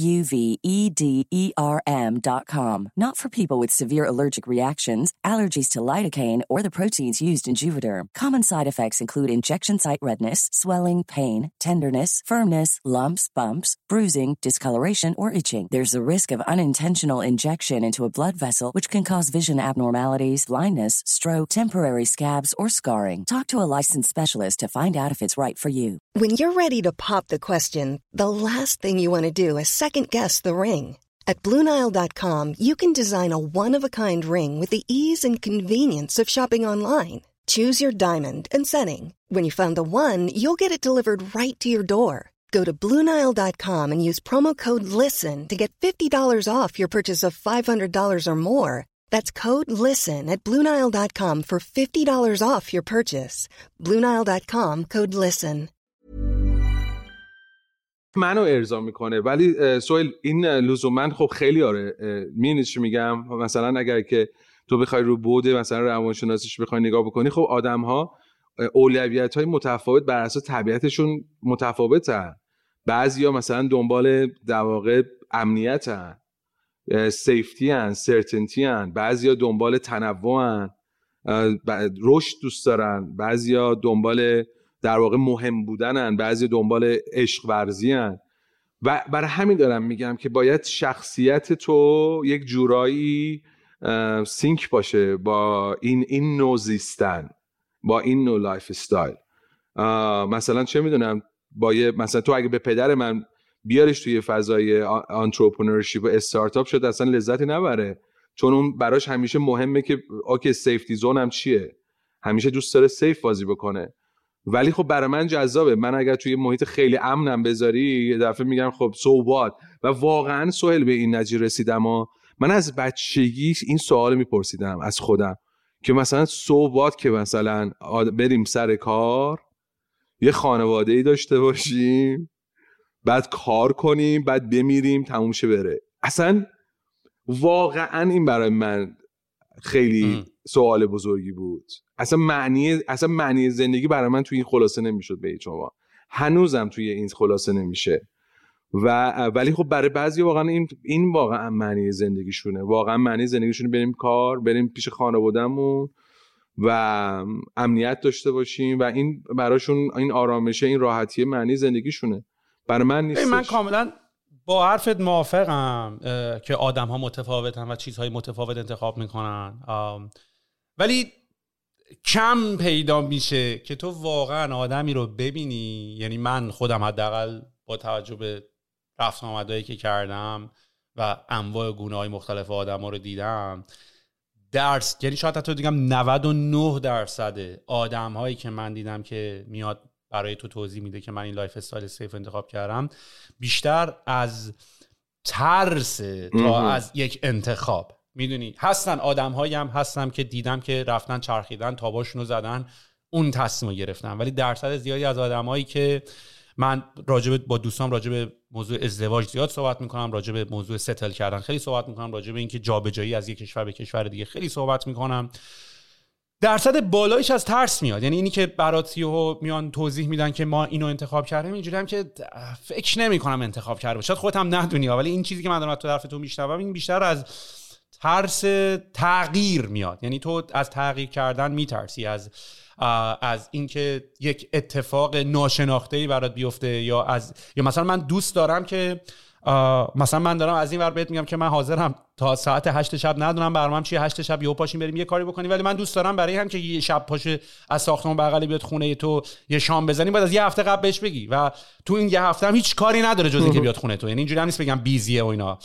JUVEDERM.com. Not for people with severe allergic reactions, allergies to lidocaine, or the proteins used in Juvederm. Common side effects include injection site redness, swelling, pain, tenderness, firmness, lumps, bumps, bruising, discoloration, or itching. There's a risk of unintentional injection into a blood vessel, which can cause vision abnormalities, blindness, stroke, temporary scabs, or scarring. Talk to a licensed specialist to find out if it's right for you. When you're ready to pop the question, the last thing you want to do is second-guess the ring. At BlueNile.com, you can design a one-of-a-kind ring with the ease and convenience of shopping online. Choose your diamond and setting. When you find the one, you'll get it delivered right to your door. Go to BlueNile.com and use promo code LISTEN to get $50 off your purchase of $500 or more. That's code LISTEN at BlueNile.com for $50 off your purchase. BlueNile.com, code LISTEN. منو ارضا میکنه، ولی سوال این لزوما خب خیلی می‌بینید چی میگم. مثلا اگر که تو بخوای رو بود مثلا روانشناسیش بخوای نگاه بکنی، خب آدم‌ها اولویت‌های متفاوت بر اساس طبیعتشون متفاوتن. بعضیا مثلا دنبال در واقع امنیتن، سیفتی هن، سرتنتی هن، بعضی ها دنبال تنوع هن، رشد دوست دارن، بعضی ها دنبال در واقع مهم بودن هن، بعضی دنبال عشق ورزی هن. و برای همین دارم میگم که باید شخصیت تو یک جورایی سینک باشه با این نوع زیستن، با این نوع لایف استایل. مثلا چه میدونم، مثلا تو اگه به پدر من بیارش توی فضای آنترپرنورشیپ و استارتاپ، شد اصلا لذتی نبره، چون اون براش همیشه مهمه که اوکی سیفتی زون هم چیه، همیشه دوست داره سیف بازی بکنه. ولی خب برای من جذابه، من اگر توی محیط خیلی امنم بذاری یه دفعه میگم خب صحبات. و واقعا سهیل به این نتیجه رسیدم من از بچگی این سوال میپرسیدم از خودم که مثلا صحبات که مثلا بریم سر کار، یه خانواده‌ای داشته باشیم، بعد کار کنیم، بعد بمیریم، تموم شه بره. اصلا واقعا این برای من خیلی سوال بزرگی بود. اصلا معنی زندگی برای من توی این خلاصه نمیشد به هیچ عنوان. هنوزم توی این خلاصه نمیشه. ولی خب برای بعضی واقعا این واقعا معنی زندگیشونه. واقعا معنی زندگیشونه بریم کار، بریم پیش خانواده‌مون و امنیت داشته باشیم و این براشون این آرامشه، این راحتی معنی زندگیشونه. برای من نیستش. من کاملا با حرفت موافقم که آدم ها متفاوتن و چیزهای متفاوت انتخاب میکنن، ولی کم پیدا میشه که تو واقعا آدمی رو ببینی. یعنی من خودم حداقل با توجه به رفت آمدایی که کردم و انواع گونه‌های مختلف آدم‌ها رو دیدم، یعنی شاید حتی دیگم 99% آدم‌هایی که من دیدم که میاد برای تو توضیح میده که من این لایف استایل سیف انتخاب کردم، بیشتر از ترس تا از یک انتخاب. میدونی هستن آدم‌هایی هم هستم که دیدم که رفتن چرخیدن، تاباشونو زدن، اون تصمیم رو گرفتن. ولی درصد زیادی از آدم‌هایی که من با دوستام راجع به موضوع ازدواج زیاد صحبت میکنم، راجع به موضوع ستل کردن خیلی صحبت میکنم، راجع به اینکه جابجایی از یک کشور به کشور دیگه خیلی صحبت میکنم، درصد بالایش از ترس میاد. یعنی اینی که براتیو میان توضیح میدن که ما اینو انتخاب کردیم، اینجوری هم که فکر نمی‌کنم انتخاب کرده باشم. شاید خودت هم ندونی، ولی این چیزی که من دارم تو طرف تو میشنوم این بیشتر از ترس تغییر میاد. یعنی تو از تغییر کردن میترسی، از اینکه یک اتفاق ناشناخته‌ای برات بیفته، یا مثلا من دوست دارم که مثلا من دارم از این ور بهت میگم که من حاضرم تا ساعت 8 شب ندونم برنامه‌ام چیه 8 شب یهو پاشیم بریم یه کاری بکنیم، ولی من دوست دارم برای هم که یه شب پاشه از ساختمون بغل بیاد خونه تو یه شام بزنیم بعد از یه هفته قبل بهش بگی و تو این یه هفته هم هیچ کاری نداره جز اینکه بیاد خونه تو. یعنی اینجوری هم نیست بگم بیزیه و اینا،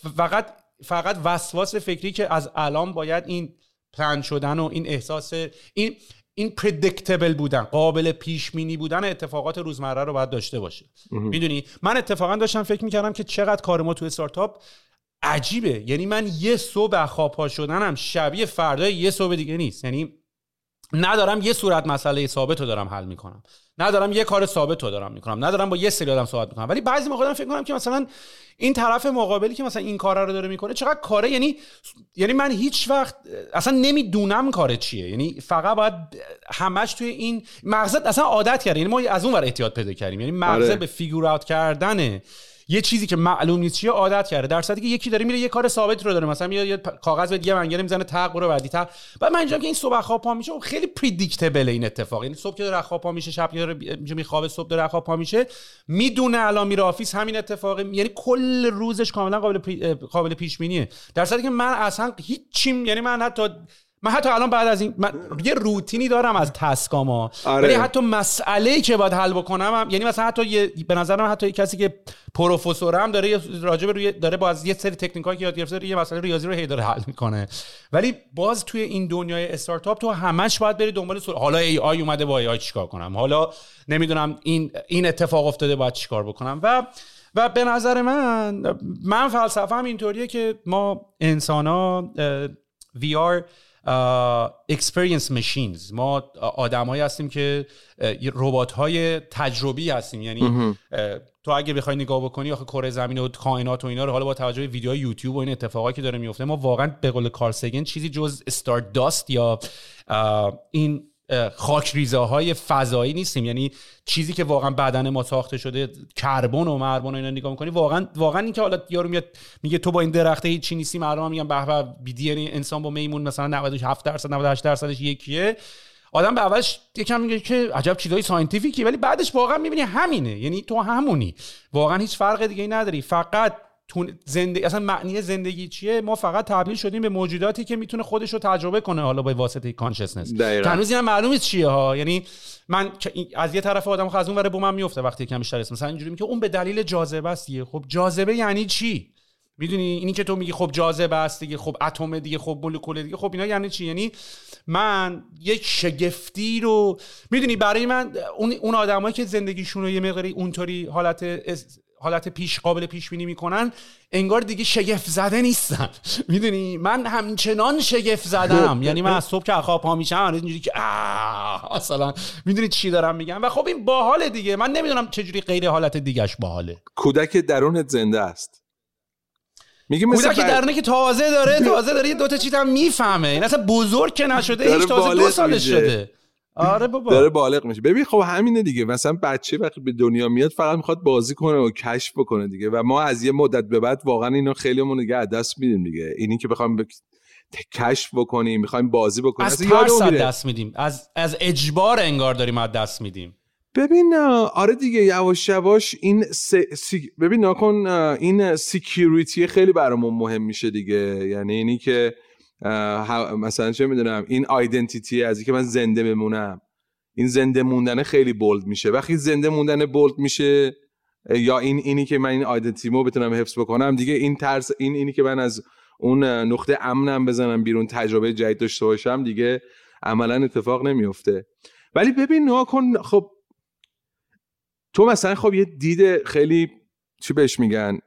فقط وسواس فکری که از الان باید این پلان شدن و این احساس این پردیکتبل بودن، قابل پیش بینی بودن اتفاقات روزمره رو باید داشته باشه. میدونی من اتفاقا داشتم فکر میکردم که چقدر کار ما تو استارتاپ عجیبه. یعنی من یه صبح خواب پا شدنم شبیه فردای یه صبح دیگه نیست. یعنی ندارم یه صورت مسئله ثابت رو دارم حل میکنم، ندارم یه کار ثابت رو دارم میکنم، ندارم با یه سری آدم صحبت میکنم، ولی بعضی موقع فکر کنم که مثلا این طرف مقابلی که مثلا این کارا رو داره میکنه چقدر کاره. یعنی من هیچ وقت اصلا نمیدونم کار چیه. یعنی فقط باید همش توی این مغزت اصلا عادت کردیم. یعنی ما از اون ور احتیاط پیدا کردیم. یعنی مغزت به فیگور اوت کردن یه چیزی که معلوم نیست چیه عادت کرده، در صورتی که یکی داره میره یه کار ثابت رو داره، مثلا میاد یه کاغذ به دیگه منگره میزنه تق برو بعدی تق. بعد من اینجا که این صبح خواب پا میشه خیلی پردیکتبل این اتفاق. یعنی صبح که داره خواب پا میشه، شب که داره میخوابه، صبح داره خواب پا میشه، میدونه الان میره آفیس همین اتفاقه. یعنی کل روزش کاملا قابل پیش بینیه، در صورتی که من اصلا هیچیم. یعنی من حتی الان بعد از این یه روتینی دارم از تسکاما، ولی حتی مسئله‌ای که باید حل بکنم یعنی مثلا حتی به نظر من حتی کسی که پروفسورم داره راجع به داره باز یه سری تکنیکایی که یاد گرفته یه مسئله ریاضی رو هی داره حل میکنه، ولی باز توی این دنیای استارتاپ تو همش باید بری دنبال حالا ای آی اومده با ای آی چیکار کنم، حالا نمیدونم این اتفاق افتاده باید چیکار بکنم. و به نظر من فلسفه‌ام اینطوریه که ما انسانا VR experience machines، ما آدمایی هستیم که ربات‌های تجربی هستیم. یعنی تو اگه بخوای نگاه بکنی آخه کره زمین و کائنات و اینا رو حالا با توجه به ویدیوهای یوتیوب و این اتفاقایی که داره میفته، ما واقعا به قول کارل سگن چیزی جز استارداست یا این خاکریزه‌های فضایی نیستیم. یعنی چیزی که واقعا بدن ما ساخته شده، کربن و مربن و اینا نگاه می‌کنی، واقعا این که حالا یارو میاد میگه تو با این درخته هیچ چی نیستی، مردم میگن به به دی ان انسان با میمون مثلا 97% 98% یکیه، آدم به اولش یکم میگه که عجب چیزای ساینتیفیکی، ولی بعدش واقعا میبینی همینه. یعنی تو همونی، واقعا هیچ فرق دیگه ای نداری. فقط زندگی اصلا معنی زندگی چیه؟ ما فقط تبدیل شدیم به موجوداتی که میتونه خودش رو تجربه کنه، حالا با واسطه کانشسنس. هنوز اینا معلومه نیست چیه ها. یعنی من از یه طرف آدم از اون ور بومم میفته وقتی یکم بیشتر مثلا اینجوری میگه اون به دلیل جاذبه است دیگه. خب جاذبه یعنی چی؟ میدونی اینی که تو میگی خب جاذبه است دیگه، خب اتم دیگه، خب مولکول دیگه، خب اینا یعنی چی؟ یعنی من یک شگفتی رو میدونی برای من اون آدمایی که زندگیشون رو یه مقداری اونطوری حالت قابل پیش بینی میکنن، انگار دیگه شگفت زده نیستن. میدونی من همچنان شگفت زدم. یعنی من از صبح که خواب پا میشم اینجوری که اصلا میدونی چی دارم میگم. و خب این باحاله دیگه. من نمیدونم چجوری غیر حالت دیگهش باحاله. کودک درونت زنده است. میگه کودکی درونه که تازه داره یه دوتا چیز هم میفهمه. این اصلا بزرگ که نشده، هیچ تازه 2 سالش شده. آره بابا داره بالغ میشه. ببین خب همینه دیگه. مثلا بچه وقتی به دنیا میاد فقط میخواد بازی کنه و کشف بکنه دیگه، و ما از یه مدت به بعد واقعا اینو خیلیمون دیگه از دست میدیم دیگه. اینی که بخوایم کشف بکنیم، میخوایم بازی بکنیم، از ترس دست میدیم، از اجبار انگار داریم از دست میدیم. ببین آره دیگه، یواش یواش این ببین نکن این سکیوریتی خیلی برامون مهم میشه دیگه. یعنی اینی که مثلا چه میدونم این آیدنتیتی از اینکه من زنده بمونم، این زنده موندن خیلی بولد میشه. وقتی زنده موندن بولد میشه، یا اینی که من این آیدنتیتیمو بتونم حفظ بکنم دیگه، این ترس اینی که من از اون نقطه امنم بزنم بیرون، تجربه جدید داشته باشم دیگه عملا اتفاق نمیفته. ولی ببین نکن خب تو مثلا خب یه دید خیلی چی بهش میگن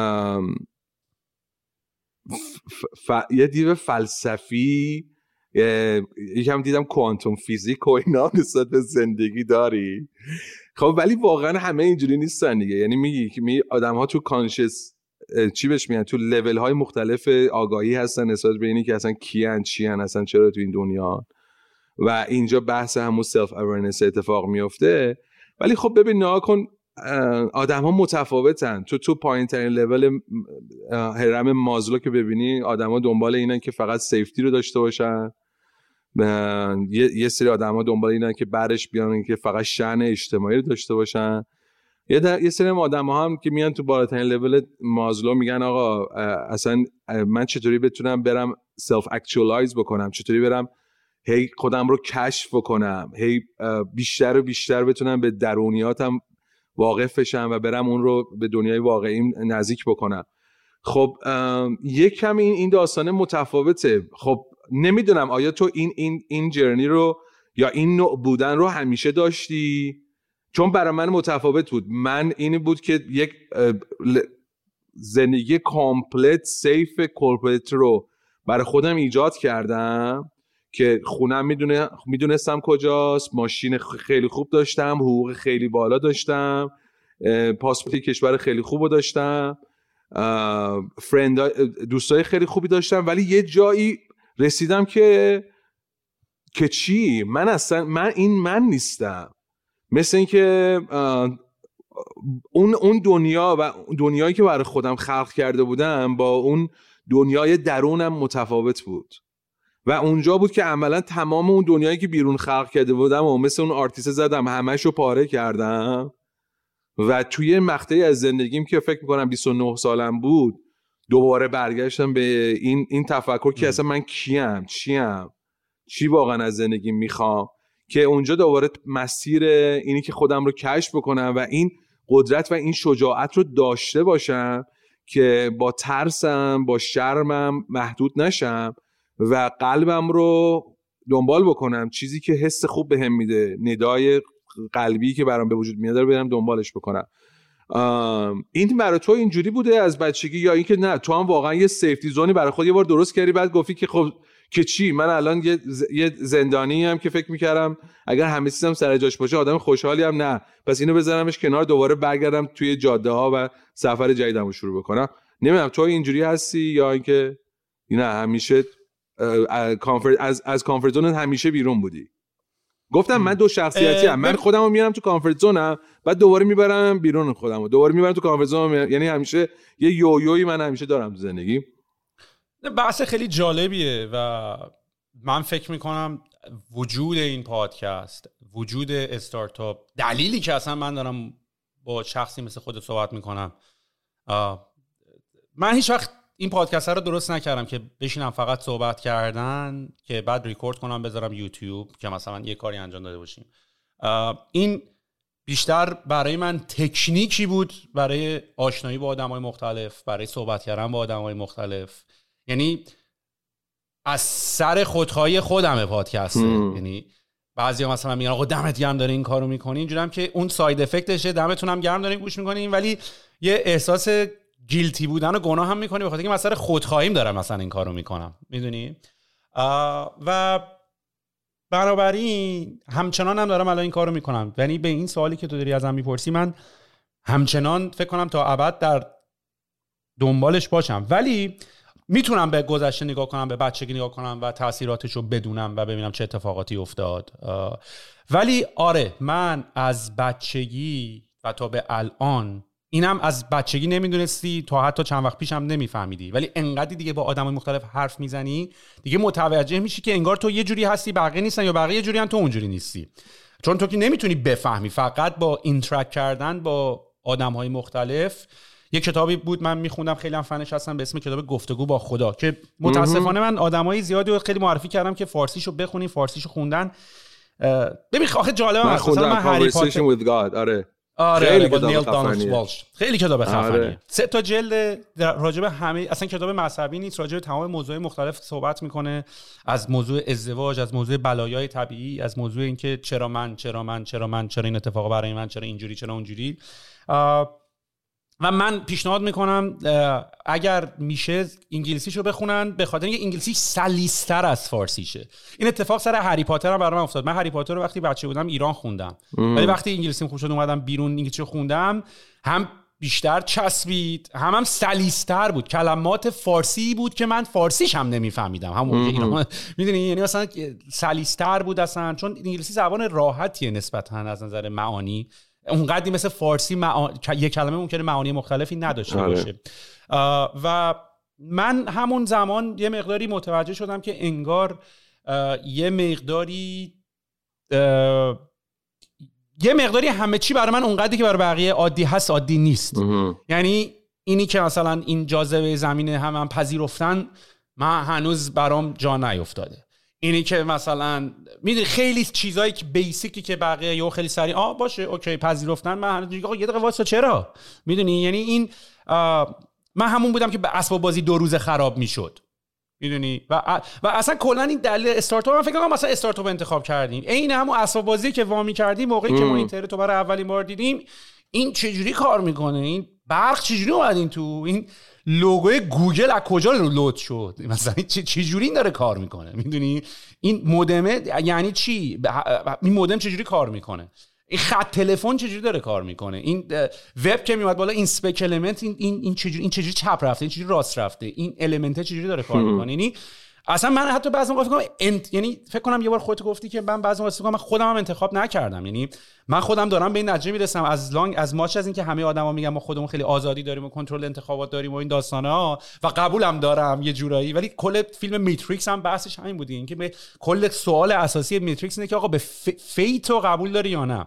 یه دید فلسفی، یکم دیدم کوانتوم فیزیک و اینا نسبت به زندگی داری. خب ولی واقعا همه اینجوری نیستن دیگه. یعنی میگی که آدم ها تو کانشس چی بهش میگن، تو لیول های مختلف آگاهی هستن نسبت به اینی که اصلا کیان چیان، اصلا چرا تو این دنیا، و اینجا بحث همون سلف اورننس اتفاق میفته. ولی خب ببین ناکن آدم ها متفاوتن. تو پایین ترین لول هرم مازلو که ببینی آدم ها دنبال اینن که فقط سیفتی رو داشته باشن، یه سری آدم ها دنبال اینن که برش بیان که فقط شأن اجتماعی رو داشته باشن، یه سری آدم‌ها هم که میان تو بالاترین لول مازلو میگن آقا اصلا من چطوری بتونم برم سلف اکچوالایز بکنم، چطوری برم هی خودم رو کشف بکنم، هی بیشتر و بیشتر بتونم به درونیاتم واقف بشم و برم اون رو به دنیای واقعیم نزدیک بکنم. خب یک کم این داستانه متفاوته. خب نمیدونم آیا تو این جرنی رو یا این نوع بودن رو همیشه داشتی؟ چون برای من متفاوت بود. من این بود که یک زندگی کامپلت سیف کورپوریت رو برای خودم ایجاد کردم که خونم میدونستم کجاست، ماشین خیلی خوب داشتم، حقوق خیلی بالا داشتم، پاسپورت کشور خیلی خوب داشتم، دوستای خیلی خوبی داشتم. ولی یه جایی رسیدم که چی؟ من نیستم. مثل این که اون دنیا و دنیایی که برای خودم خلق کرده بودم با اون دنیای درونم متفاوت بود و اونجا بود که عملا تمام اون دنیایی که بیرون خلق کرده بودم و مثل اون آرتیست زدم، همه‌شو پاره کردم و توی مقطعی از زندگیم که فکر میکنم 29 سالم بود دوباره برگشتم به این تفکر که اصلا من کیم، چی واقعا از زندگیم میخوام، که اونجا دوباره مسیر اینی که خودم رو کشف بکنم و این قدرت و این شجاعت رو داشته باشم که با ترسم با شرمم محدود نشم و قلبم رو دنبال بکنم، چیزی که حس خوب بهم میده، ندای قلبی که برام به وجود میاد رو برم دنبالش بکنم. این برای تو اینجوری بوده از بچگی یا اینکه نه تو هم واقعا یه سیفتی زونی برای خود یه بار درست کردی بعد گفتی که خب که چی، من الان یه زندانی هم که فکر میکردم اگر همه چیزم سر جاش باشه آدم خوشحالی هم، نه پس اینو بذارمش کنار، دوباره برگردم توی جاده ها و سفر جدیدمو شروع بکنم. نمیدونم تو اینجوری هستی یا اینکه نه همیشه از کامفورت زون همیشه بیرون بودی؟ گفتم من دو شخصیتی هم. من خودمو میارم تو کامفورت زونم بعد دوباره میبرم بیرون خودمو، دوباره میبرم تو کامفورت زونم، یعنی همیشه یه یویویی من همیشه دارم تو زندگی. بحث خیلی جالبیه و من فکر میکنم وجود این پادکست، وجود استارتاپ، دلیلی که اصلا من دارم با شخصی مثل خودت صحبت میکنم، من هیچ وقت این پادکست رو درست نکردم که بشینم فقط صحبت کردن که بعد ریکورد کنم بذارم یوتیوب که مثلا یه کاری انجام داده باشیم. این بیشتر برای من تکنیکی بود برای آشنایی با آدمای مختلف، برای صحبت کردن با آدمای مختلف. یعنی از سر خودخواهی خودمه پادکسته. یعنی بعضیا مثلا میگن آقا دمت گرم داره این کارو میکنی، اینجوریام که اون ساید افکتشه، دمتونم گرم دارین گوش میکنین، ولی یه احساس گیلتی بودن و گناه هم میکنی بخاطر اینکه مثلا خودخواهیم دارم مثلا این کارو میکنم، میدونی. و بنابراین همچنان هم دارم الان این کارو میکنم. یعنی به این سوالی که تو داری ازم میپرسی من همچنان فکر کنم تا ابد در دنبالش باشم، ولی میتونم به گذشته نگاه کنم، به بچگی نگاه کنم و تاثیراتش رو بدونم و ببینم چه اتفاقاتی افتاد. ولی آره من از بچگی و تا به الان، اینم از بچگی نمیدونستی، تا حتی چند وقت پیش هم نمیفهمیدی، ولی انقدر دیگه با آدمای مختلف حرف میزنی دیگه متوجه میشی که انگار تو یه جوری هستی بقیه نیستن یا بقیه یه جوری ان تو اونجوری نیستی. چون تو که نمیتونی بفهمی، فقط با اینتراکت کردن با آدمهای مختلف. یه کتابی بود من میخوندم خیلی هم فنش هستم به اسم کتاب گفتگو با خدا که متاسفانه من آدمای زیادی رو خیلی معرفی کردم که فارسیشو بخونین، فارسیشو خوندن. ببین آخه جالبه مثلا من هری پاتر خیلی خیلی کتاب خفنیه. 3 تا جلد راجع به همه، اصلا کتاب مذهبی نیست، راجع به تمام موضوعات مختلف صحبت میکنه، از موضوع ازدواج، از موضوع بلایای طبیعی، از موضوع اینکه چرا این اتفاق برای من، چرا اینجوری، چرا اونجوری. و من پیشنهاد میکنم اگر میشه انگلیسیشو بخونن، به خاطر اینکه انگلیسی سلیس‌تر از فارسیشه. این اتفاق سر هری پاتر هم برای من افتاد. من هری پاتر رو وقتی بچه بودم ایران خوندم، ولی وقتی انگلیسیم خوب شد اومدم بیرون انگلیسیشو خوندم، هم بیشتر چسبید، هم سلیس‌تر بود. کلمات فارسی بود که من فارسیش هم نمیفهمیدم همون ایران، میدونی، یعنی مثلا سلیس‌تر بود اصلا، چون انگلیسی زبان راحتیه نسبتاً از نظر معانی. اونقدری مثل فارسی یک کلمه ممکنه معانی مختلفی نداشته باشه. و من همون زمان یه مقداری متوجه شدم که انگار یه مقداری یه مقداری همه چی برای من اونقدری که برای بقیه عادی هست عادی نیست. یعنی اینی که مثلا این جاذبه زمین هم پذیرفتن من هنوز برام جا نیفتاده. اینی که مثلا میدونی خیلی چیزایی که بیسیکی که بقیه یا خیلی سریع باشه اوکی پذیرفتن، من هنوز یه دقیقه واسه چرا میدونی. یعنی این من همون بودم که به اسباب بازی 2 روز خراب میشد میدونی و اصلا کلا این دلیل استارتاپ، من فکر کنم مثلا استارتاپ انتخاب کردیم عین همون اسباب بازی که وامی کردیم موقعی که ما اینترنت رو برای اولین بار دیدیم. این چجوری کار میکنه، این برق چجوری اومد این تو، این لوگوی گوگل از کجا لود شد، مثلا چجوری این داره کار میکنه میدونی. این مودمه یعنی چی، این مودم چجوری کار میکنه، این خط تلفن چجوری داره کار میکنه، این وب که میاد بالا این اسپک المنت این چجوری چپ رفته، این چجوری راست رفته، این المنت چجوری داره کار میکنه. یعنی اصلا من حتی بعضی موقع فکر کنم یعنی فکر کنم یه بار خودت گفتی که من بعضی موقع من خودم هم انتخاب نکردم. یعنی من خودم دارم به این نتیجه میرسم از ماچ از این که همه آدما میگن ما خودمون خیلی آزادی داریم و کنترل انتخابات داریم و این داستانا و قبولم دارم یه جورایی، ولی کل فیلم میتریکس هم بحثش همین بود، این که کل سوال اساسی میتریکس اینه که آقا به فیت رو قبول داری یا نه.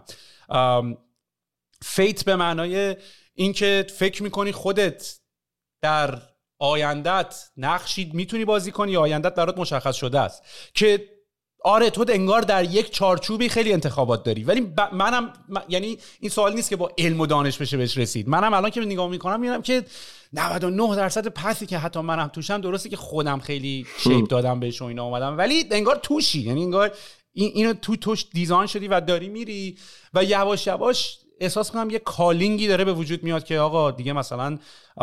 فیت به معنای این که فکر میکنی خودت در آیندت نقشی میتونی بازی کنی یا آیندت برات مشخص شده است که آره تو انگار در یک چارچوبی خیلی انتخابات داری، ولی یعنی این سوال نیست که با علم و دانش بشه بهش رسید. منم الان که نگاه میکنم میبینم که 99% پسی که حتی منم توشم، درسته که خودم خیلی شیپ دادم بهش و اینا اومدم، ولی انگار توشی، یعنی انگار اینو توش دیزاین شدی و داری میری و یواش یواش احساس کنم یه کالینگی داره به وجود میاد که آقا دیگه مثلا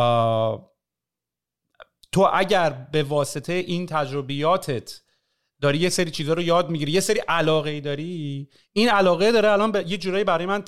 تو اگر به واسطه این تجربیاتت داری یه سری چیزا رو یاد میگیری، یه سری علاقه‌ای داری، این علاقه داره الان به یه جورایی برای من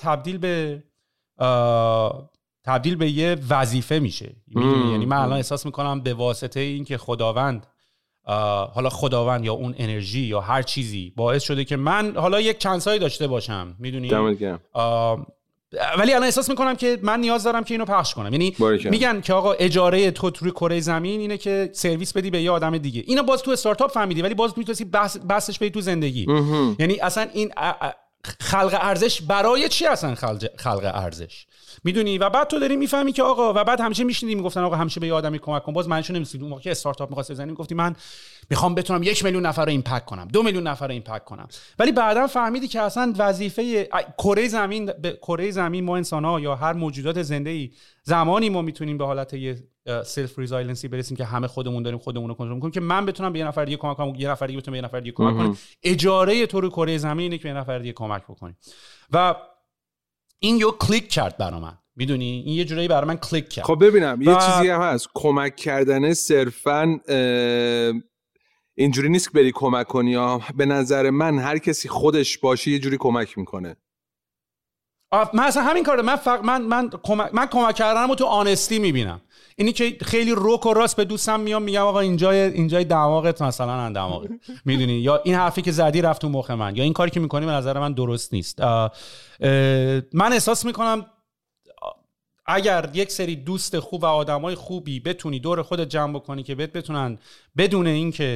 تبدیل به یه وظیفه میشه میدونی. یعنی من الان احساس میکنم به واسطه این که خداوند حالا خداوند یا اون انرژی یا هر چیزی باعث شده که من حالا یک چانسایی داشته باشم میدونی، ولی الان احساس میکنم که من نیاز دارم که اینو پخش کنم. یعنی میگن که آقا اجاره تو روی کره زمین اینه که سرویس بدی به یه آدم دیگه. اینو باز تو استارتاپ فهمیدی، ولی باز میتونی بحثش بدی تو زندگی. یعنی اصلا این خلق ارزش برای چی اصلا خلق ارزش میدونی. و بعد تو داری میفهمی که آقا، و بعد همیشه میشنیدی میگفتن آقا همیشه به یه آدمی کمک کن. باز منشون نمی‌رسید. اون موقع که استارتاپ می‌خواست بزنیم گفتی من میخوام بتونم 1 میلیون نفر رو ایمپکت کنم، 2 میلیون نفر رو ایمپکت کنم. ولی بعداً فهمیدی که اصلا وظیفه کره زمین ما انسان‌ها یا هر موجودات زنده‌ای زمانی ما میتونیم به حالت یه سلف ریزایلنسی برسیم که همه خودمون داریم خودمون رو کنترل کنیم که من بتونم به یه نفر دیگه کمک کنم، یه نفر دیگه بتونه به یه نفر دیگه کمک کنه. اجاره تو رو کره زمین اینه که به یه نفر دیگه کمک بکنی. و این یو کلیک کرد برام، من میدونی این یه جورایی برای من کلیک کرد. خب ببینم یه چیزی هم هست، کمک کردن صرفاً اینجوری نیست که بری کمک کنی. یا به نظر من هر کسی خودش باشه یه جوری کمک میکنه. من اصلا همین کاره، من کمک کردنمو تو آنستی میبینم. اینی که خیلی روک و راست به دوستم میگم آقا اینجای دماغت مثلا دماغت میدونی، یا این حرفی که زدی رفت تو مخ من، یا این کاری که میکنی به نظر من درست نیست. من احساس میکنم اگر یک سری دوست خوب و آدمای خوبی بتونی دور خودت جمع بکنی که بتونن بدون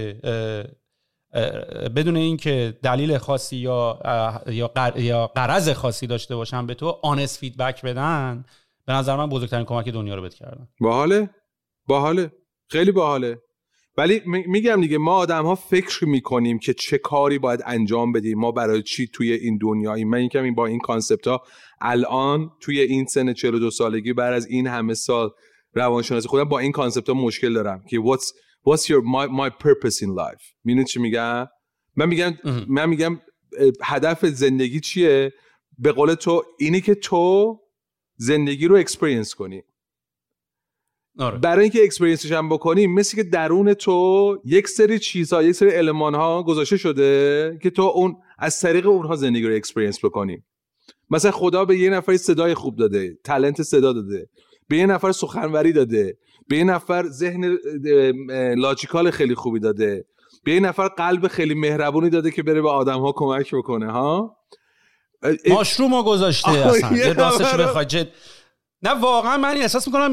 اینکه دلیل خاصی یا غرض خاصی داشته باشن به تو آنست فیدبک بدن، به نظر من بزرگترین کمک دنیا رو بهت کردن. باحاله خیلی باحاله. ولی میگم دیگه ما آدم ها فکر میکنیم که چه کاری باید انجام بدیم، ما برای چی توی این دنیاییم. من این با این کانسپت ها الان توی این سن 42 سالگی بعد از این همه سال روانشناسی خودم با این کانسپت ها مشکل دارم که what's my purpose in life. میدونی چی میگم؟ من میگم هدف زندگی چیه؟ به قول تو اینی که تو زندگی رو اکسپریانس کنی. برای اینکه اکسپریانسش هم بکنی مثل که درون تو یک سری چیزها، یک سری المان‌ها گذاشته شده که تو اون از طریق اونها زندگی رو اکسپریانس بکنی. مثلا خدا به یه نفر صدای خوب داده، تالنت صدا داده، به یه نفر سخنوری داده، به یه نفر ذهن لاجیکال خیلی خوبی داده، به یه نفر قلب خیلی مهربونی داده که بره به آدم‌ها کمک بکنه. ها ماشرومو گذاشته اصلا. راستش بخوای نه واقعا من احساس میکنم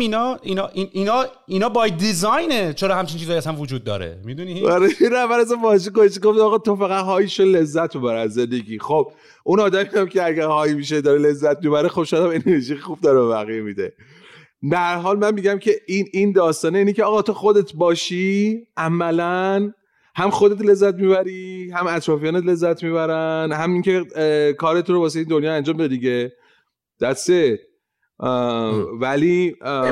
اینا بای دیزاینه، چرا همچین چیزایی اصلا وجود داره، میدونی؟ آره این اول اصلا واژه کوچیک گفت آقا تو فقط هایشو لذت ببر از زندگی. خب اون آدمی هم که اگه های میشه داره لذت میبره، خب شاید انرژی خوب داره به بقیه میده. به هر حال من میگم که این داستانه اینی که آقا تو خودت باشی، عملاً هم خودت لذت میبری، هم اطرافیانت لذت میبرن، هم این که کارت رو واسه این دنیا انجام بده دیگه. That's it. ولی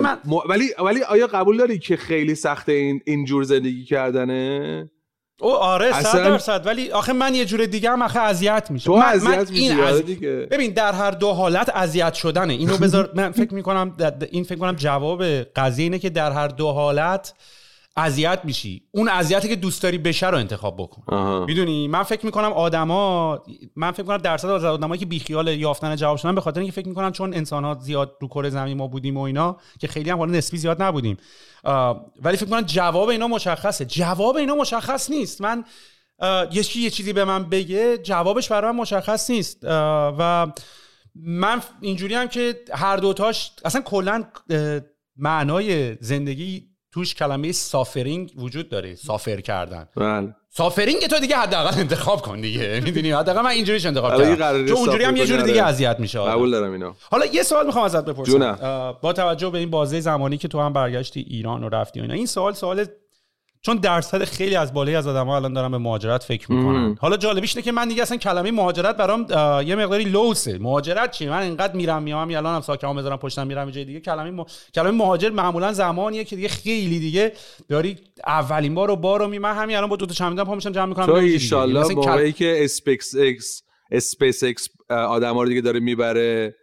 آیا قبول داری که خیلی سخته این جور زندگی کردنه؟ آره 100%. ولی آخه من یه جور دیگه هم اذیت میشم. تو اذیت میشی دیگه. ببین در هر دو حالت اذیت شدنه. اینو بذار من فکر میکنم جواب قضیه اینه که در هر دو حالت اذیت میشی. اون اذیتی که دوست داری بشه رو انتخاب بکن. میدونی من فکر میکنم درصد از آدمایی که بیخیال یافتن جواب شدن به خاطر اینکه فکر میکنم چون انسان‌ها زیاد رو کره زمین ما بودیم و اینا، که خیلی هم حالا نسبی زیاد نبودیم، ولی فکر میکنم جواب اینا مشخصه. جواب اینا مشخص نیست. من یه چیزی به من بگه جوابش برای من مشخص نیست و من اینجوری هم که هر دوتاش اصلا کلا معنای زندگی توش کلمه سافرینگ وجود داره، سافر کردن. بله. سافرینگ تو دیگه حداقل انتخاب کن دیگه، میدونی؟ حداقل من اینجوریش انتخاب کردم، چون اونجوری هم یه جوری دیگه اذیت میشه. قبول دارم اینو. حالا یه سوال میخوام ازت بپرسم با توجه به این بازه زمانی که تو هم برگشتی ایران و رفتی و اینا. این سوال چون درصد خیلی از بالایی از آدم‌ها الان دارن به مهاجرت فکر میکنن. حالا جالبیش اینه که من دیگه اصلا کلمه مهاجرت برام یه مقداری لوسه. مهاجرت چی؟ من اینقدر میرم میام، الانم ساکمو بذارم پشتم میرم جای دیگه. کلمه مهاجر معمولا زمانیه که دیگه خیلی دیگه داری اولین بار رو من همین الان با دو تا چمدون پا میشم جمع میکنم. تو ان شاءالله موقعی که اسپیس ایکس آدما رو دیگه داره میبره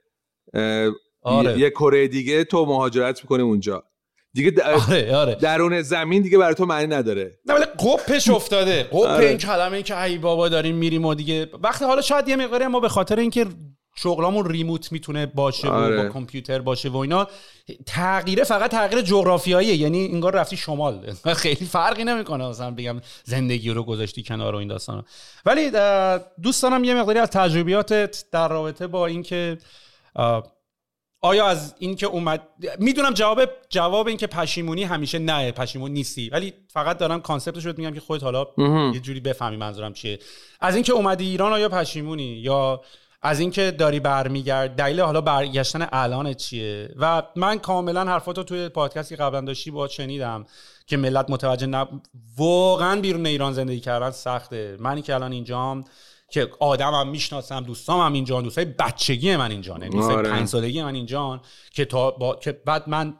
یه کره دیگه، تو مهاجرت میکنی اونجا دیگه. آره. درون زمین دیگه برای تو معنی نداره. نه ولی قپش افتاده. قپ این کلمه ای که ای بابا داریم میریم و دیگه وقتی حالا شاید یه مقداری ما به خاطر اینکه شغلامون ریموت میتونه باشه و با کامپیوتر باشه و اینا، فقط تغییر جغرافیاییه. یعنی انگار رفتی شمال، خیلی فرقی نمیکنه مثلا بگم زندگی رو گذاشتی کنار و این داستانا. ولی دوست دارم یه مقداری از تجربیاتت در رابطه با اینکه آیا از این که اومد، میدونم جواب این که پشیمونی همیشه نه، پشیمون نیستی، ولی فقط دارم کانسپتش رو میگم که خودت حالا یه جوری بفهمی منظورم چیه. از این که اومدی ایران آیا پشیمونی، یا از این که داری برمیگرد، دلیل حالا برگشتن الان چیه؟ و من کاملا حرفاتو توی پادکستی قبلا داشتی با شنیدم که ملت متوجه واقعا بیرون ایران زندگی کردن سخته. منی که الان اینجام که آدمم میشناسم، دوستامم اینجان، دوستای بچگی من اینجان، یعنی 5 سالگی من اینجان که که بعد من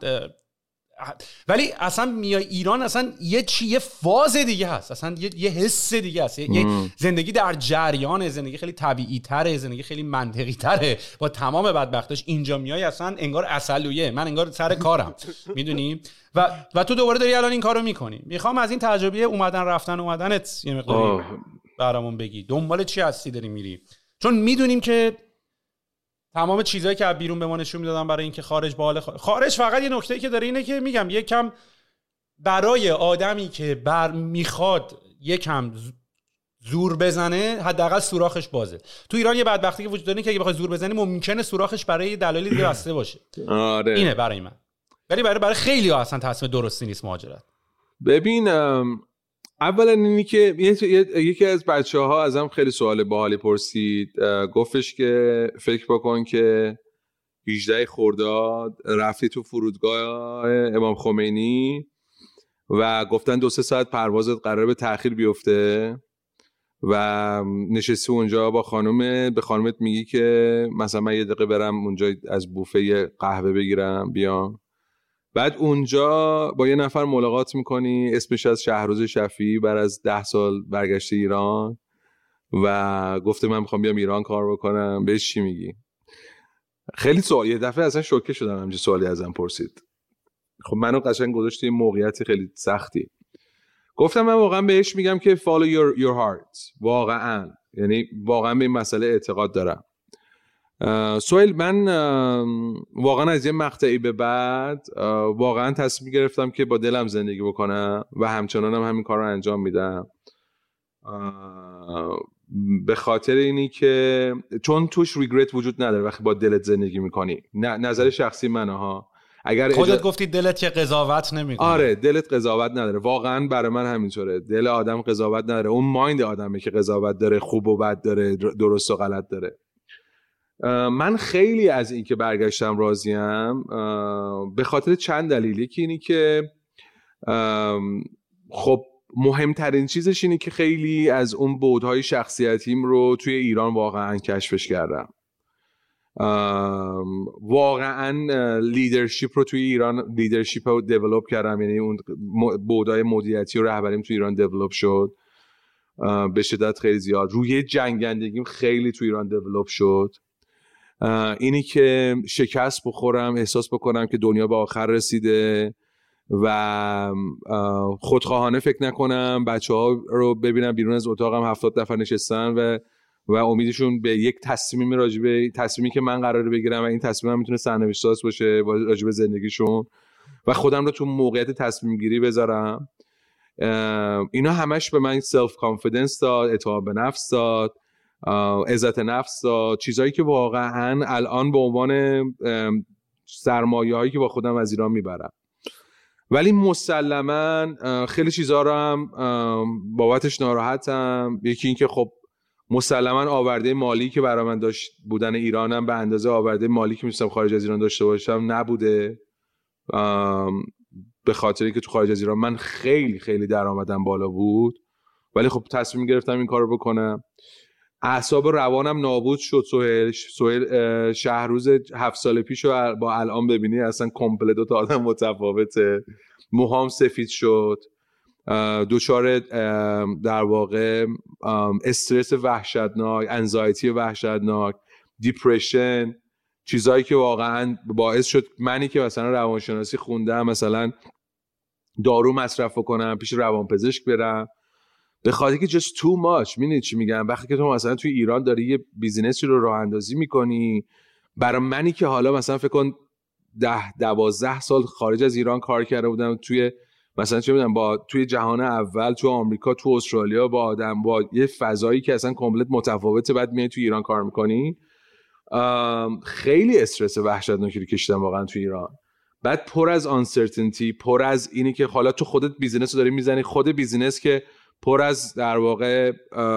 ولی اصلا میای ایران اصلا یه فاز دیگه هست، اصلا یه حس دیگه هست، یه زندگی در جریان، زندگی خیلی طبیعی تره، زندگی خیلی منطقی تره. با تمام بدبختیش اینجا میای اصلا انگار عسلویه، من انگار سر کارم میدونی و تو دوباره داری الان این کارو میکنی. میخوام از این تجربه اومدنت یه مقداری برامون بگی. دنبال چی هستی داری میری؟ چون میدونیم که تمام چیزایی که از بیرون به ما نشون میدادن برای اینکه خارج با حال خارج فقط یه نکته‌ای که داره اینه که میگم یکم برای آدمی که میخواد یکم زور بزنه حداقل سوراخش بازه. تو ایران یه بدبختی که وجود داره که اگه بخوای زور بزنی ممکنه سوراخش برای دلایلی دیگه بسته باشه. آره. اینه برای من. ولی برای خیلی‌ها اصلا تصمیم درستی نیست مهاجرت. ببین اولا اینی که یکی از بچه‌ها ازم خیلی سوال باحالی پرسید، گفتش که فکر بکن که 18 خرداد رفتی تو فرودگاه امام خمینی و گفتن 2-3 ساعت پروازت قراره به تأخیر بیفته و نشستی اونجا با به خانومت میگی که مثلا من یه دقیقه برم اونجا از بوفه قهوه بگیرم بیام. بعد اونجا با یه نفر ملاقات میکنی اسمش از شهروز شفیعی، بعد از 10 سال برگشته ایران و گفته من میخوام بیام ایران کار بکنم. بهش چی میگی؟ خیلی سوال، یه دفعه اصلا شوکه شدم همچین سوالی ازم پرسید. خب منو قشنگ گذاشت یه موقعیت خیلی سختی. گفتم من واقعا بهش میگم که follow your heart، واقعا، یعنی واقعا به این مسئله اعتقاد دارم. سوال من واقعا از یه مقطعی به بعد واقعا تصمیم گرفتم که با دلم زندگی بکنم و همچنان همین کار رو انجام میدم به خاطر اینی که چون توش ریگرت وجود نداره وقتی با دلت زندگی میکنی. نظر شخصی منه ها. اگر خودت گفتی دلت که قضاوت نمیکنه. آره دلت قضاوت نداره، واقعا برای من همینطوره. دل آدم قضاوت نداره، اون مایند آدمه که قضاوت داره، خوب و بد داره، درست و غلط داره. من خیلی از این که برگشتم راضیم به خاطر چند دلیل. یکی اینی که خب مهمترین چیزش اینه که خیلی از اون بعدهای شخصیتیم رو توی ایران واقعا کشفش کردم. واقعا لیدرشپ رو توی ایران لیدرشپ رو دیولپ کردم، یعنی اون بعدهای مدیریتی و رهبریم توی ایران دیولپ شد به شدت خیلی زیاد. روی جنگندگیم خیلی توی ایران دیولپ شد. اینی که شکست بخورم، احساس بکنم که دنیا به آخر رسیده و خودخواهانه فکر نکنم، بچه‌ها رو ببینم بیرون از اتاقم 70 نفر نشستن و امیدشون به یک تصمیمی راجبه تصمیمی که من قراره بگیرم و این تصمیم میتونه سرنوشت ساز باشه راجبه زندگیشون و خودم رو تو موقعیت تصمیم گیری بذارم. اینا همش به من سلف کانفیدنس داد، اعتماد به نفس داد، عزت نفس داد، چیزایی که واقعا الان به عنوان سرمایه‌هایی که با خودم از ایران میبرم. ولی مسلماً خیلی چیزا رو هم بابتش ناراحتم. یکی این که خب مسلماً آورده مالی که برای من داشت بودن ایرانم به اندازه آورده مالی که می‌خواستم خارج از ایران داشته باشم نبوده، به خاطری که تو خارج از ایران من خیلی خیلی درآمدم بالا بود، ولی خب تصمیم گرفتم این کارو بکنم. اعصاب روانم نابود شد. سهیل شهروز 7 سال پیشو با الان ببینی اصلا کامپله دو تا آدم متفاوته. موهام سفید شد، دچار در واقع استرس وحشتناک، انزایتی وحشتناک، دیپرشن، چیزایی که واقعا باعث شد منی که مثلا روانشناسی خوندم مثلا دارو مصرف کنم، پیش روانپزشک برم، به خاطر که just too much. می‌دونی چی میگم؟ وقتی که تو مثلا توی ایران داری یه بیزینسی رو راه اندازی میکنی، برای منی که حالا مثلا فکر کن 10-12 سال خارج از ایران کار کرده بودم، توی مثلا چه میدونم توی جهان اول، توی آمریکا، توی استرالیا، با آدم با یه فضایی که اصلا کامپلت متفاوته، بعد میای توی ایران کار میکنی. خیلی استرس وحشتناکی رو کشیدم واقعا توی ایران. بعد پر از uncertainty، پر از اینی که حالا تو خودت بیزینس رو داری میزنی، خود بیزینس که پر از در واقع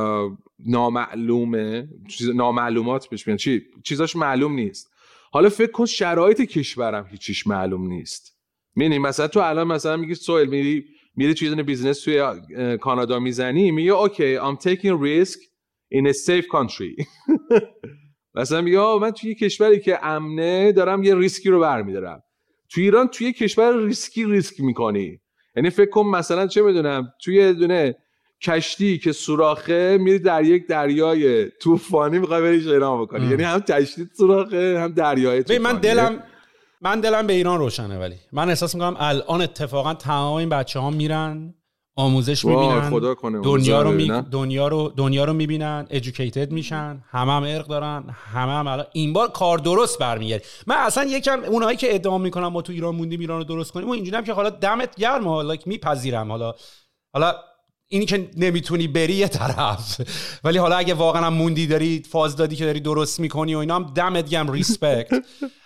نامعلومات بهش میگن، چیزاش معلوم نیست. حالا فکر کن شرایط کشورم هیچیش معلوم نیست. می‌بینی مثلا تو الان مثلا میگی سوال میری توی یه بیزینس توی کانادا میزنی، میگی اوکی I'm taking risk in a safe country. مثلا میگی من توی یه کشوری که امنه دارم یه ریسکی رو برمی‌دارم. توی ایران توی کشور ریسک می‌کنی. یعنی فکر کن مثلا چه میدونم توی یه دونه کشتی که سوراخه میری در یک دریای طوفانی میخوای بری شنا بکنی، یعنی هم کشتی سوراخه هم دریای طوفانی. من دلم به ایران روشنه، ولی من احساس میکنم الان اتفاقا تمام این بچه‌ها میرن آموزش میبینن، دنیا رو میبینن، educated میشن، هم ارق دارن، هم الان این بار کار درست برمیگرد. من اصلا یکم اونایی که ادعا میکنن ما تو ایران موندیم ایران رو درست کنیم و اینجوری هم که حالا دمت گرم، حالا میپذیرم، حالا اینی که نمیتونی بری یه طرف، ولی حالا اگه واقعا موندی داری فاز دادی که داری درست میکنی و اینا هم دمت گرم، ریسپکت.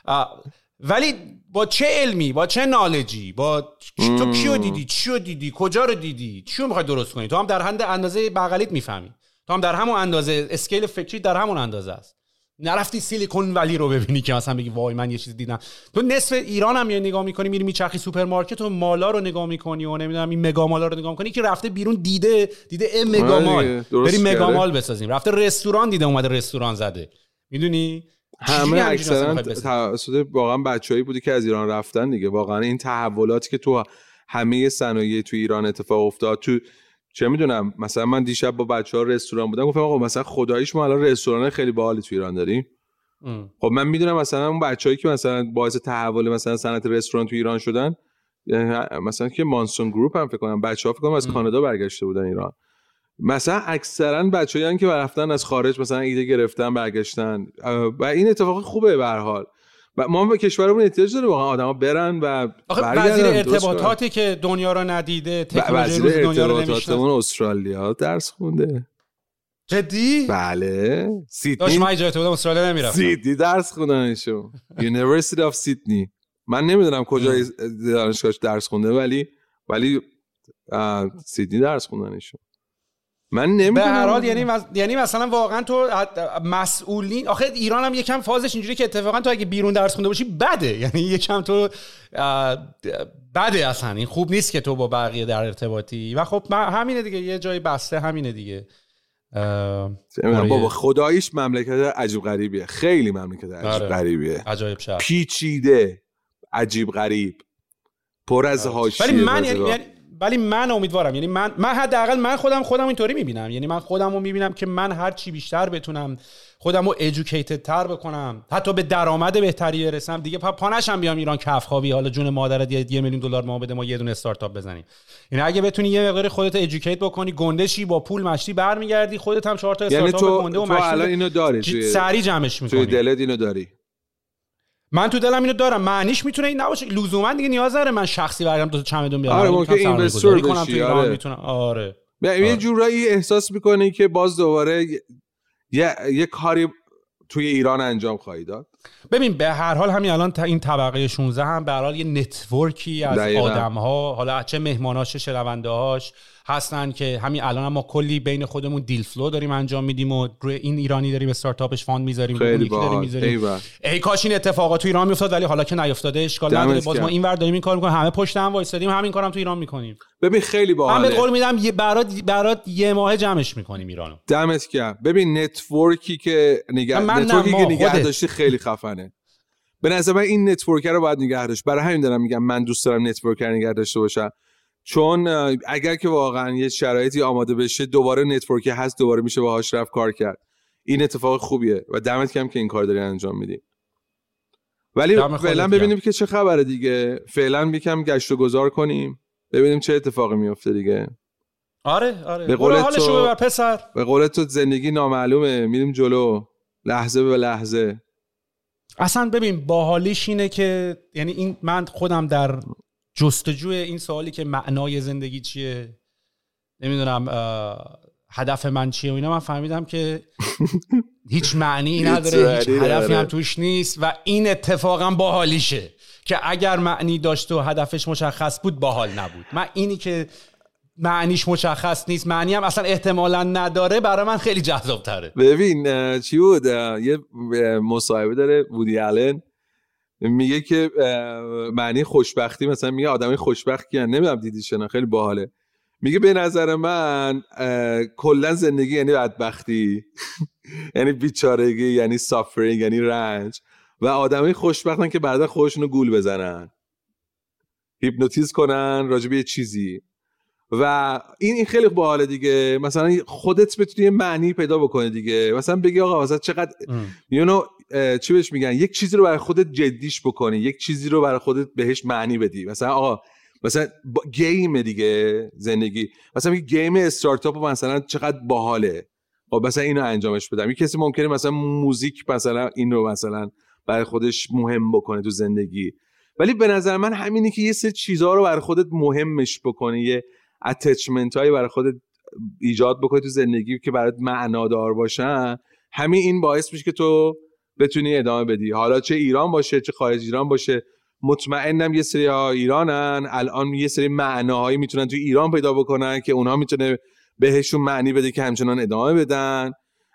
ولی با چه علمی، با چه نالجی، تو کیو دیدی، چیو دیدی، کجا رو دیدی، چیو میخوای درست کنی؟ تو هم در حد اندازه بغلیت میفهمی، تو هم در همون اندازه اسکیل فکری در همون اندازه است. نرفتی سیلیکون ولی رو ببینی که مثلا بگی وای من یه چیز دیدم. تو نصف ایران هم یه نگاه میکنی، میری میچرخی سوپرمارکت و مالا رو نگاه میکنی و نمیدونم این مگا مالا رو نگاه میکنی که رفته بیرون دیده مگا مال، بریم مگا مال بسازیم، رفته رستوران دیده اومده رستوران زده. میدونی همه اکثرا توسط واقعا بچه‌ای بودی که از ایران رفتن دیگه. واقعا این تحولاتی که تو همه صنایع تو ایران اتفاق افتاد، تو چه میدونم مثلا من دیشب با بچه‌ها رستوران بودم، گفتم آقا مثلا خداییش ما الان رستوران خیلی باحالی تو ایران داریم. خب من میدونم مثلا اون بچه‌ای که مثلا باعث تحول مثلا صنعت رستوران تو ایران شدن، مثلا که مانسون گروپ هم فکر کنم بچه‌ها فکر کنم از کانادا برگشته بودن ایران. مثلا اکثرا بچه‌ای که رفتن از خارج مثلا ایده گرفتن برگشتن و این اتفاق خوبه به هر حال. ما به کشورمون احتیاج داره واقعا آدما برن و وزیر ارتباطاتی که دنیا رو ندیده، تکنولوژی رو دنیا رو نمی‌شناسه، استرالیا درس خونده. جدی؟ بله سیدنی. داشت من جای تو بودم استرالیا نمیرفتم. سیدنی درس خوندنشون. University of Sydney. من نمیدونم کجای دانشگاهش درس خونده ولی سیدنی درس خوندنشون. من نمیدونم. به هر حال یعنی مثلا واقعا تو مسئولین آخه ایران هم یکم فازش اینجوری که اتفاقا تو اگه بیرون درس خونده باشی بده، یعنی یکم تو بده اصلا، این خوب نیست که تو با بقیه در ارتباطی و خب همینه دیگه، یه جای بسته همینه دیگه. بابا خداییش مملکت عجیب غریبیه، خیلی مملکت عجیب غریبیه، عجایب شهر، پیچیده، عجیب غریب، پر از حاشیه. ولی من امیدوارم، یعنی من حداقل من خودم اینطوری میبینم، یعنی من خودم رو میبینم که من هر چی بیشتر بتونم خودم رو ایژوکیتد تر بکنم، حتی به درآمد بهتری برسم دیگه، پانشم بیام ایران کف خوابی حالا جون مادرت $1 میلیون ما بده ما یه دونه استارتاپ بزنیم. یعنی اگه بتونی یه مقدار خودت ایژوکیت بکنی، گنده شی، با پول مشتی برمیگردی، خودت هم 4 تا استارتاپ گنده و مشتی، یعنی تو الان اینو داری، سری جمعش میکنی، تو دلت اینو داری. من تو دلم اینو دارم، معنیش میتونه این نباشه لزوما دیگه نیاز داره من شخصی برگردم دو تا چمدون بیارم. آره ممکن اینوستور کنم بشی. تو ایران میتونم. آره یه جورایی احساس میکنی که باز دوباره یه کاری توی ایران انجام خواهی داد. ببین به هر حال همین الان این طبقه 16 هم به هر حال یه نتورکی از آدم‌ها، حالا چه مهماناش چه شنونده‌هاش هستن که همین الان هم ما کلی بین خودمون دیل فلو داریم انجام میدیم و روی این ایرانی داریم استارتاپش فاند میذاریم، اون یکی داریم میذاریم. ای کاش این اتفاقات تو ایران میافتاد، ولی حالا که نیافتاده اشکال نداره، باز ما اینور داریم این کارو میکنیم، همه پشت هم وایسادیم همین کارم تو ایران میکنیم. ببین خیلی باحاله، من به قول میدم برات یه ماه جمعش میکنیم ایرانو. دمت گرم. ببین نتورکی که نگه داشتی خیلی خفنه. به نظر من این نتورک رو باید نگه داشت. برای همین دارم میگم من دوست دارم نتورک رو نگه داشته باشم، چون اگر که واقعا یه شرایطی آماده بشه دوباره نتورکی هست، دوباره میشه باهاش رفت کار کرد. این اتفاق خوبیه و دمت گرم که این کار داری انجام میدی. ولی فعلا ببینیم که چه خبره دیگه. فعلا یکم گشت و گذار کنیم ببینیم چه اتفاقی میفته دیگه. آره به حالشو ببر پسر. به قول تو زندگی نامعلومه، میریم جلو لحظه به لحظه. اصلا ببین باحالیش اینه که یعنی این من خودم در جستجوی این سوالی که معنای زندگی چیه، نمیدونم هدف من چیه و اینا، من فهمیدم که هیچ معنی نداره، هیچ هدفی هم توش نیست و این اتفاقا باحالیشه که اگر معنی داشت و هدفش مشخص بود باحال نبود. من اینی که معنیش مشخص نیست، معنی هم اصلا احتمالاً نداره، برای من خیلی جذاب تره. ببین چی بود، یه مصاحبه داره وودی آلن میگه که معنی خوشبختی، مثلا میگه آدمی خوشبخت کیه، نمیدونم دیدیش نه، خیلی باحاله. میگه به نظر من کلا زندگی یعنی بدبختی یعنی بیچارگی، یعنی سافرینگ، یعنی رنج، و آدمی خوشبختن که بعدا خودشونو گول بزنن، هیپنوتیزم کنن راجع به یه چیزی. و این خیلی باحاله دیگه. مثلا خودت بتونی معنی پیدا بکنی دیگه، مثلا بگی آقا مثلا چقدر چی بهش میگن، یک چیزی رو برای خودت جدیش بکنی، یک چیزی رو برای خودت بهش معنی بدی. مثلا آقا مثلا گیم دیگه زندگی، مثلا یه گیم استارتاپ مثلا چقدر باحاله، خب مثلا اینو انجامش بدم. یه کسی ممکنه مثلا موزیک مثلا این رو مثلا برای خودش مهم بکنه تو زندگی، ولی به نظر من همینی که یه سری چیزها رو برای خودت مهمش بکنی، یه اتچمنت هایی برای خودت ایجاد بکنی تو زندگی که برات معنادار باشن، همین این باعث میشه که تو بتونی ادامه بدی، حالا چه ایران باشه چه خارج ایران باشه. مطمئنم یه سری ها ایرانن الان یه سری معناهایی میتونن تو ایران پیدا بکنن که اونها میتونه بهشون معنی بده که همچنان ادامه بدن،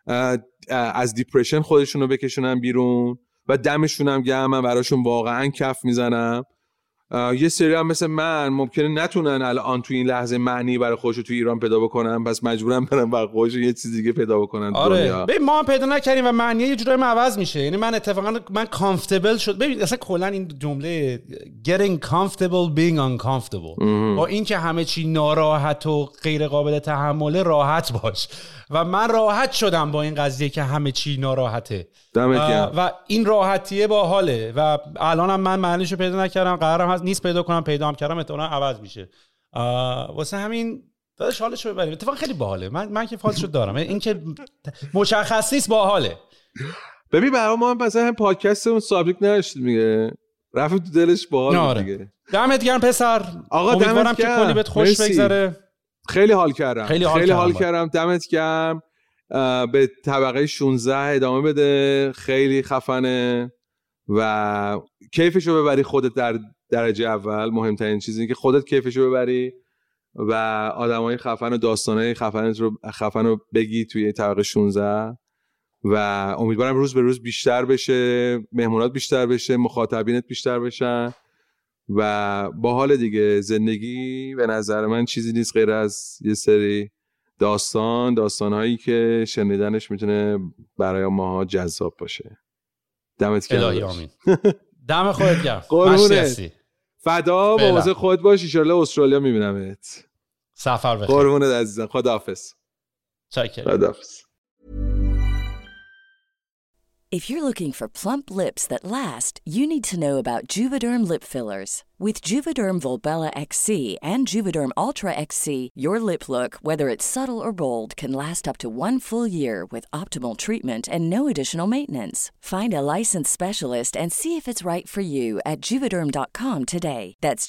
از دیپرشن خودشون رو بکشونن بیرون و دمشون هم گرم، من براشون واقعا کف میزنم. یه سری هم مثل من ممکنه نتونن الان تو این لحظه معنی برای خودشو تو ایران پیدا بکنن، پس مجبورن برن برای خودشون یه چیز دیگه پیدا بکنن. آره ببین ما هم پیدا نکردیم و معنی یه جورایی عوض میشه. یعنی من اتفاقا من کامفتبل شد. ببین اصلا کلا این جمله getting comfortable being uncomfortable، با این که همه چی ناراحت و غیر قابل تحمله، راحت باش. و من راحت شدم با این قضیه که همه چی ناراحته و این راحتیه با حاله و الانم من معنیشو پیدا نکردم، قرارم هست نیست پیدا کنم، پیدا هم کردم احتمالاً عوض میشه. واسه همین داداش حالشو ببریم. اتفاقا خیلی باحاله. من که فازشو دارم، این که مشخص نیست باحاله. ببین برای ما مثلا هم پادکست اون سابجکت نداشت میگه، رفت تو دلش باحال دیگه. دمت گرم پسر. آقا امیدوارم که کلی بهت خوش بگذره. خیلی حال کردم. خیلی حال کردم. دمت گرم. به طبقه 16 ادامه بده، خیلی خفنه و کیفشو ببری خودت در درجه اول. مهمترین چیز اینه که خودت کیفشو ببری و آدمای خفن و داستانای خفن رو بگی توی طبقه 16 و امیدوارم روز به روز بیشتر بشه، مهمونات بیشتر بشه، مخاطبینت بیشتر بشن و با حال دیگه. زندگی به نظر من چیزی نیست غیر از یه سری داستانهایی که شنیدنش میتونه برای ماها جذاب باشه. دمت گرم. الهی آمین. دم خودت گرم. قربونت. فدا مواظب خودت باش. ان شاءالله استرالیا میبینمت. سفر بخیر. قربونت عزیزم. خداحافظ. چاکریم. خداحافظ. If you're looking for plump lips that last, you need to know about Juvederm lip fillers. With Juvederm Volbella XC and Juvederm Ultra XC, your lip look, whether it's subtle or bold, can last up to 1 full year with optimal treatment and no additional maintenance. Find a licensed specialist and see if it's right for you at Juvederm.com today. That's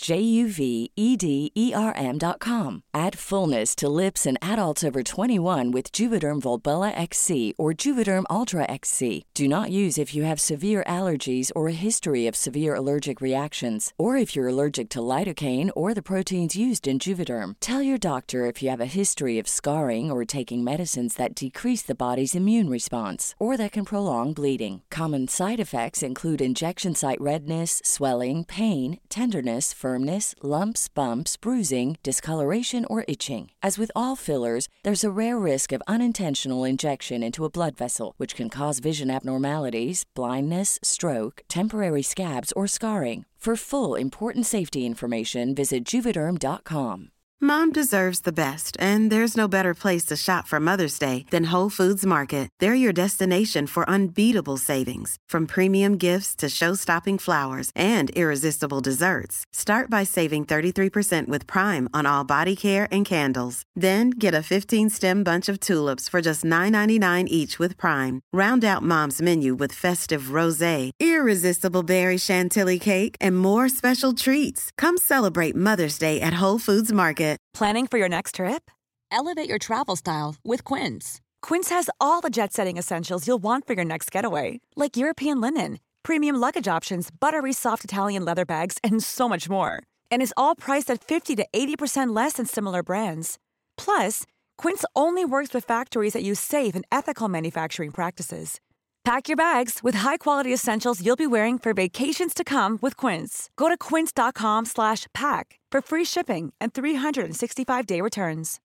JUVEDERM.com. Add fullness to lips in adults over 21 with Juvederm Volbella XC or Juvederm Ultra XC. Do not use if you have severe allergies or a history of severe allergic reactions, or if you're allergic to lidocaine or the proteins used in Juvederm. Tell your doctor if you have a history of scarring or taking medicines that decrease the body's immune response or that can prolong bleeding. Common side effects include injection site redness, swelling, pain, tenderness, firmness, lumps, bumps, bruising, discoloration, or itching. As with all fillers, there's a rare risk of unintentional injection into a blood vessel, which can cause vision abnormalities, blindness, stroke, temporary scabs, or scarring. For full, important safety information, visit Juvederm.com. Mom deserves the best, and there's no better place to shop for Mother's Day than Whole Foods Market. They're your destination for unbeatable savings, from premium gifts to show-stopping flowers and irresistible desserts. Start by saving 33% with Prime on all body care and candles. Then get a 15-stem bunch of tulips for just $9.99 each with Prime. Round out Mom's menu with festive rosé, irresistible berry chantilly cake, and more special treats. Come celebrate Mother's Day at Whole Foods Market. Planning for your next trip? Elevate your travel style with Quince. Quince has all the jet-setting essentials you'll want for your next getaway, like European linen, premium luggage options, buttery soft Italian leather bags, and so much more. And is all priced at 50 to 80% less than similar brands. Plus, Quince only works with factories that use safe and ethical manufacturing practices. Pack your bags with high-quality essentials you'll be wearing for vacations to come with Quince. Go to quince.com/pack for free shipping and 365-day returns.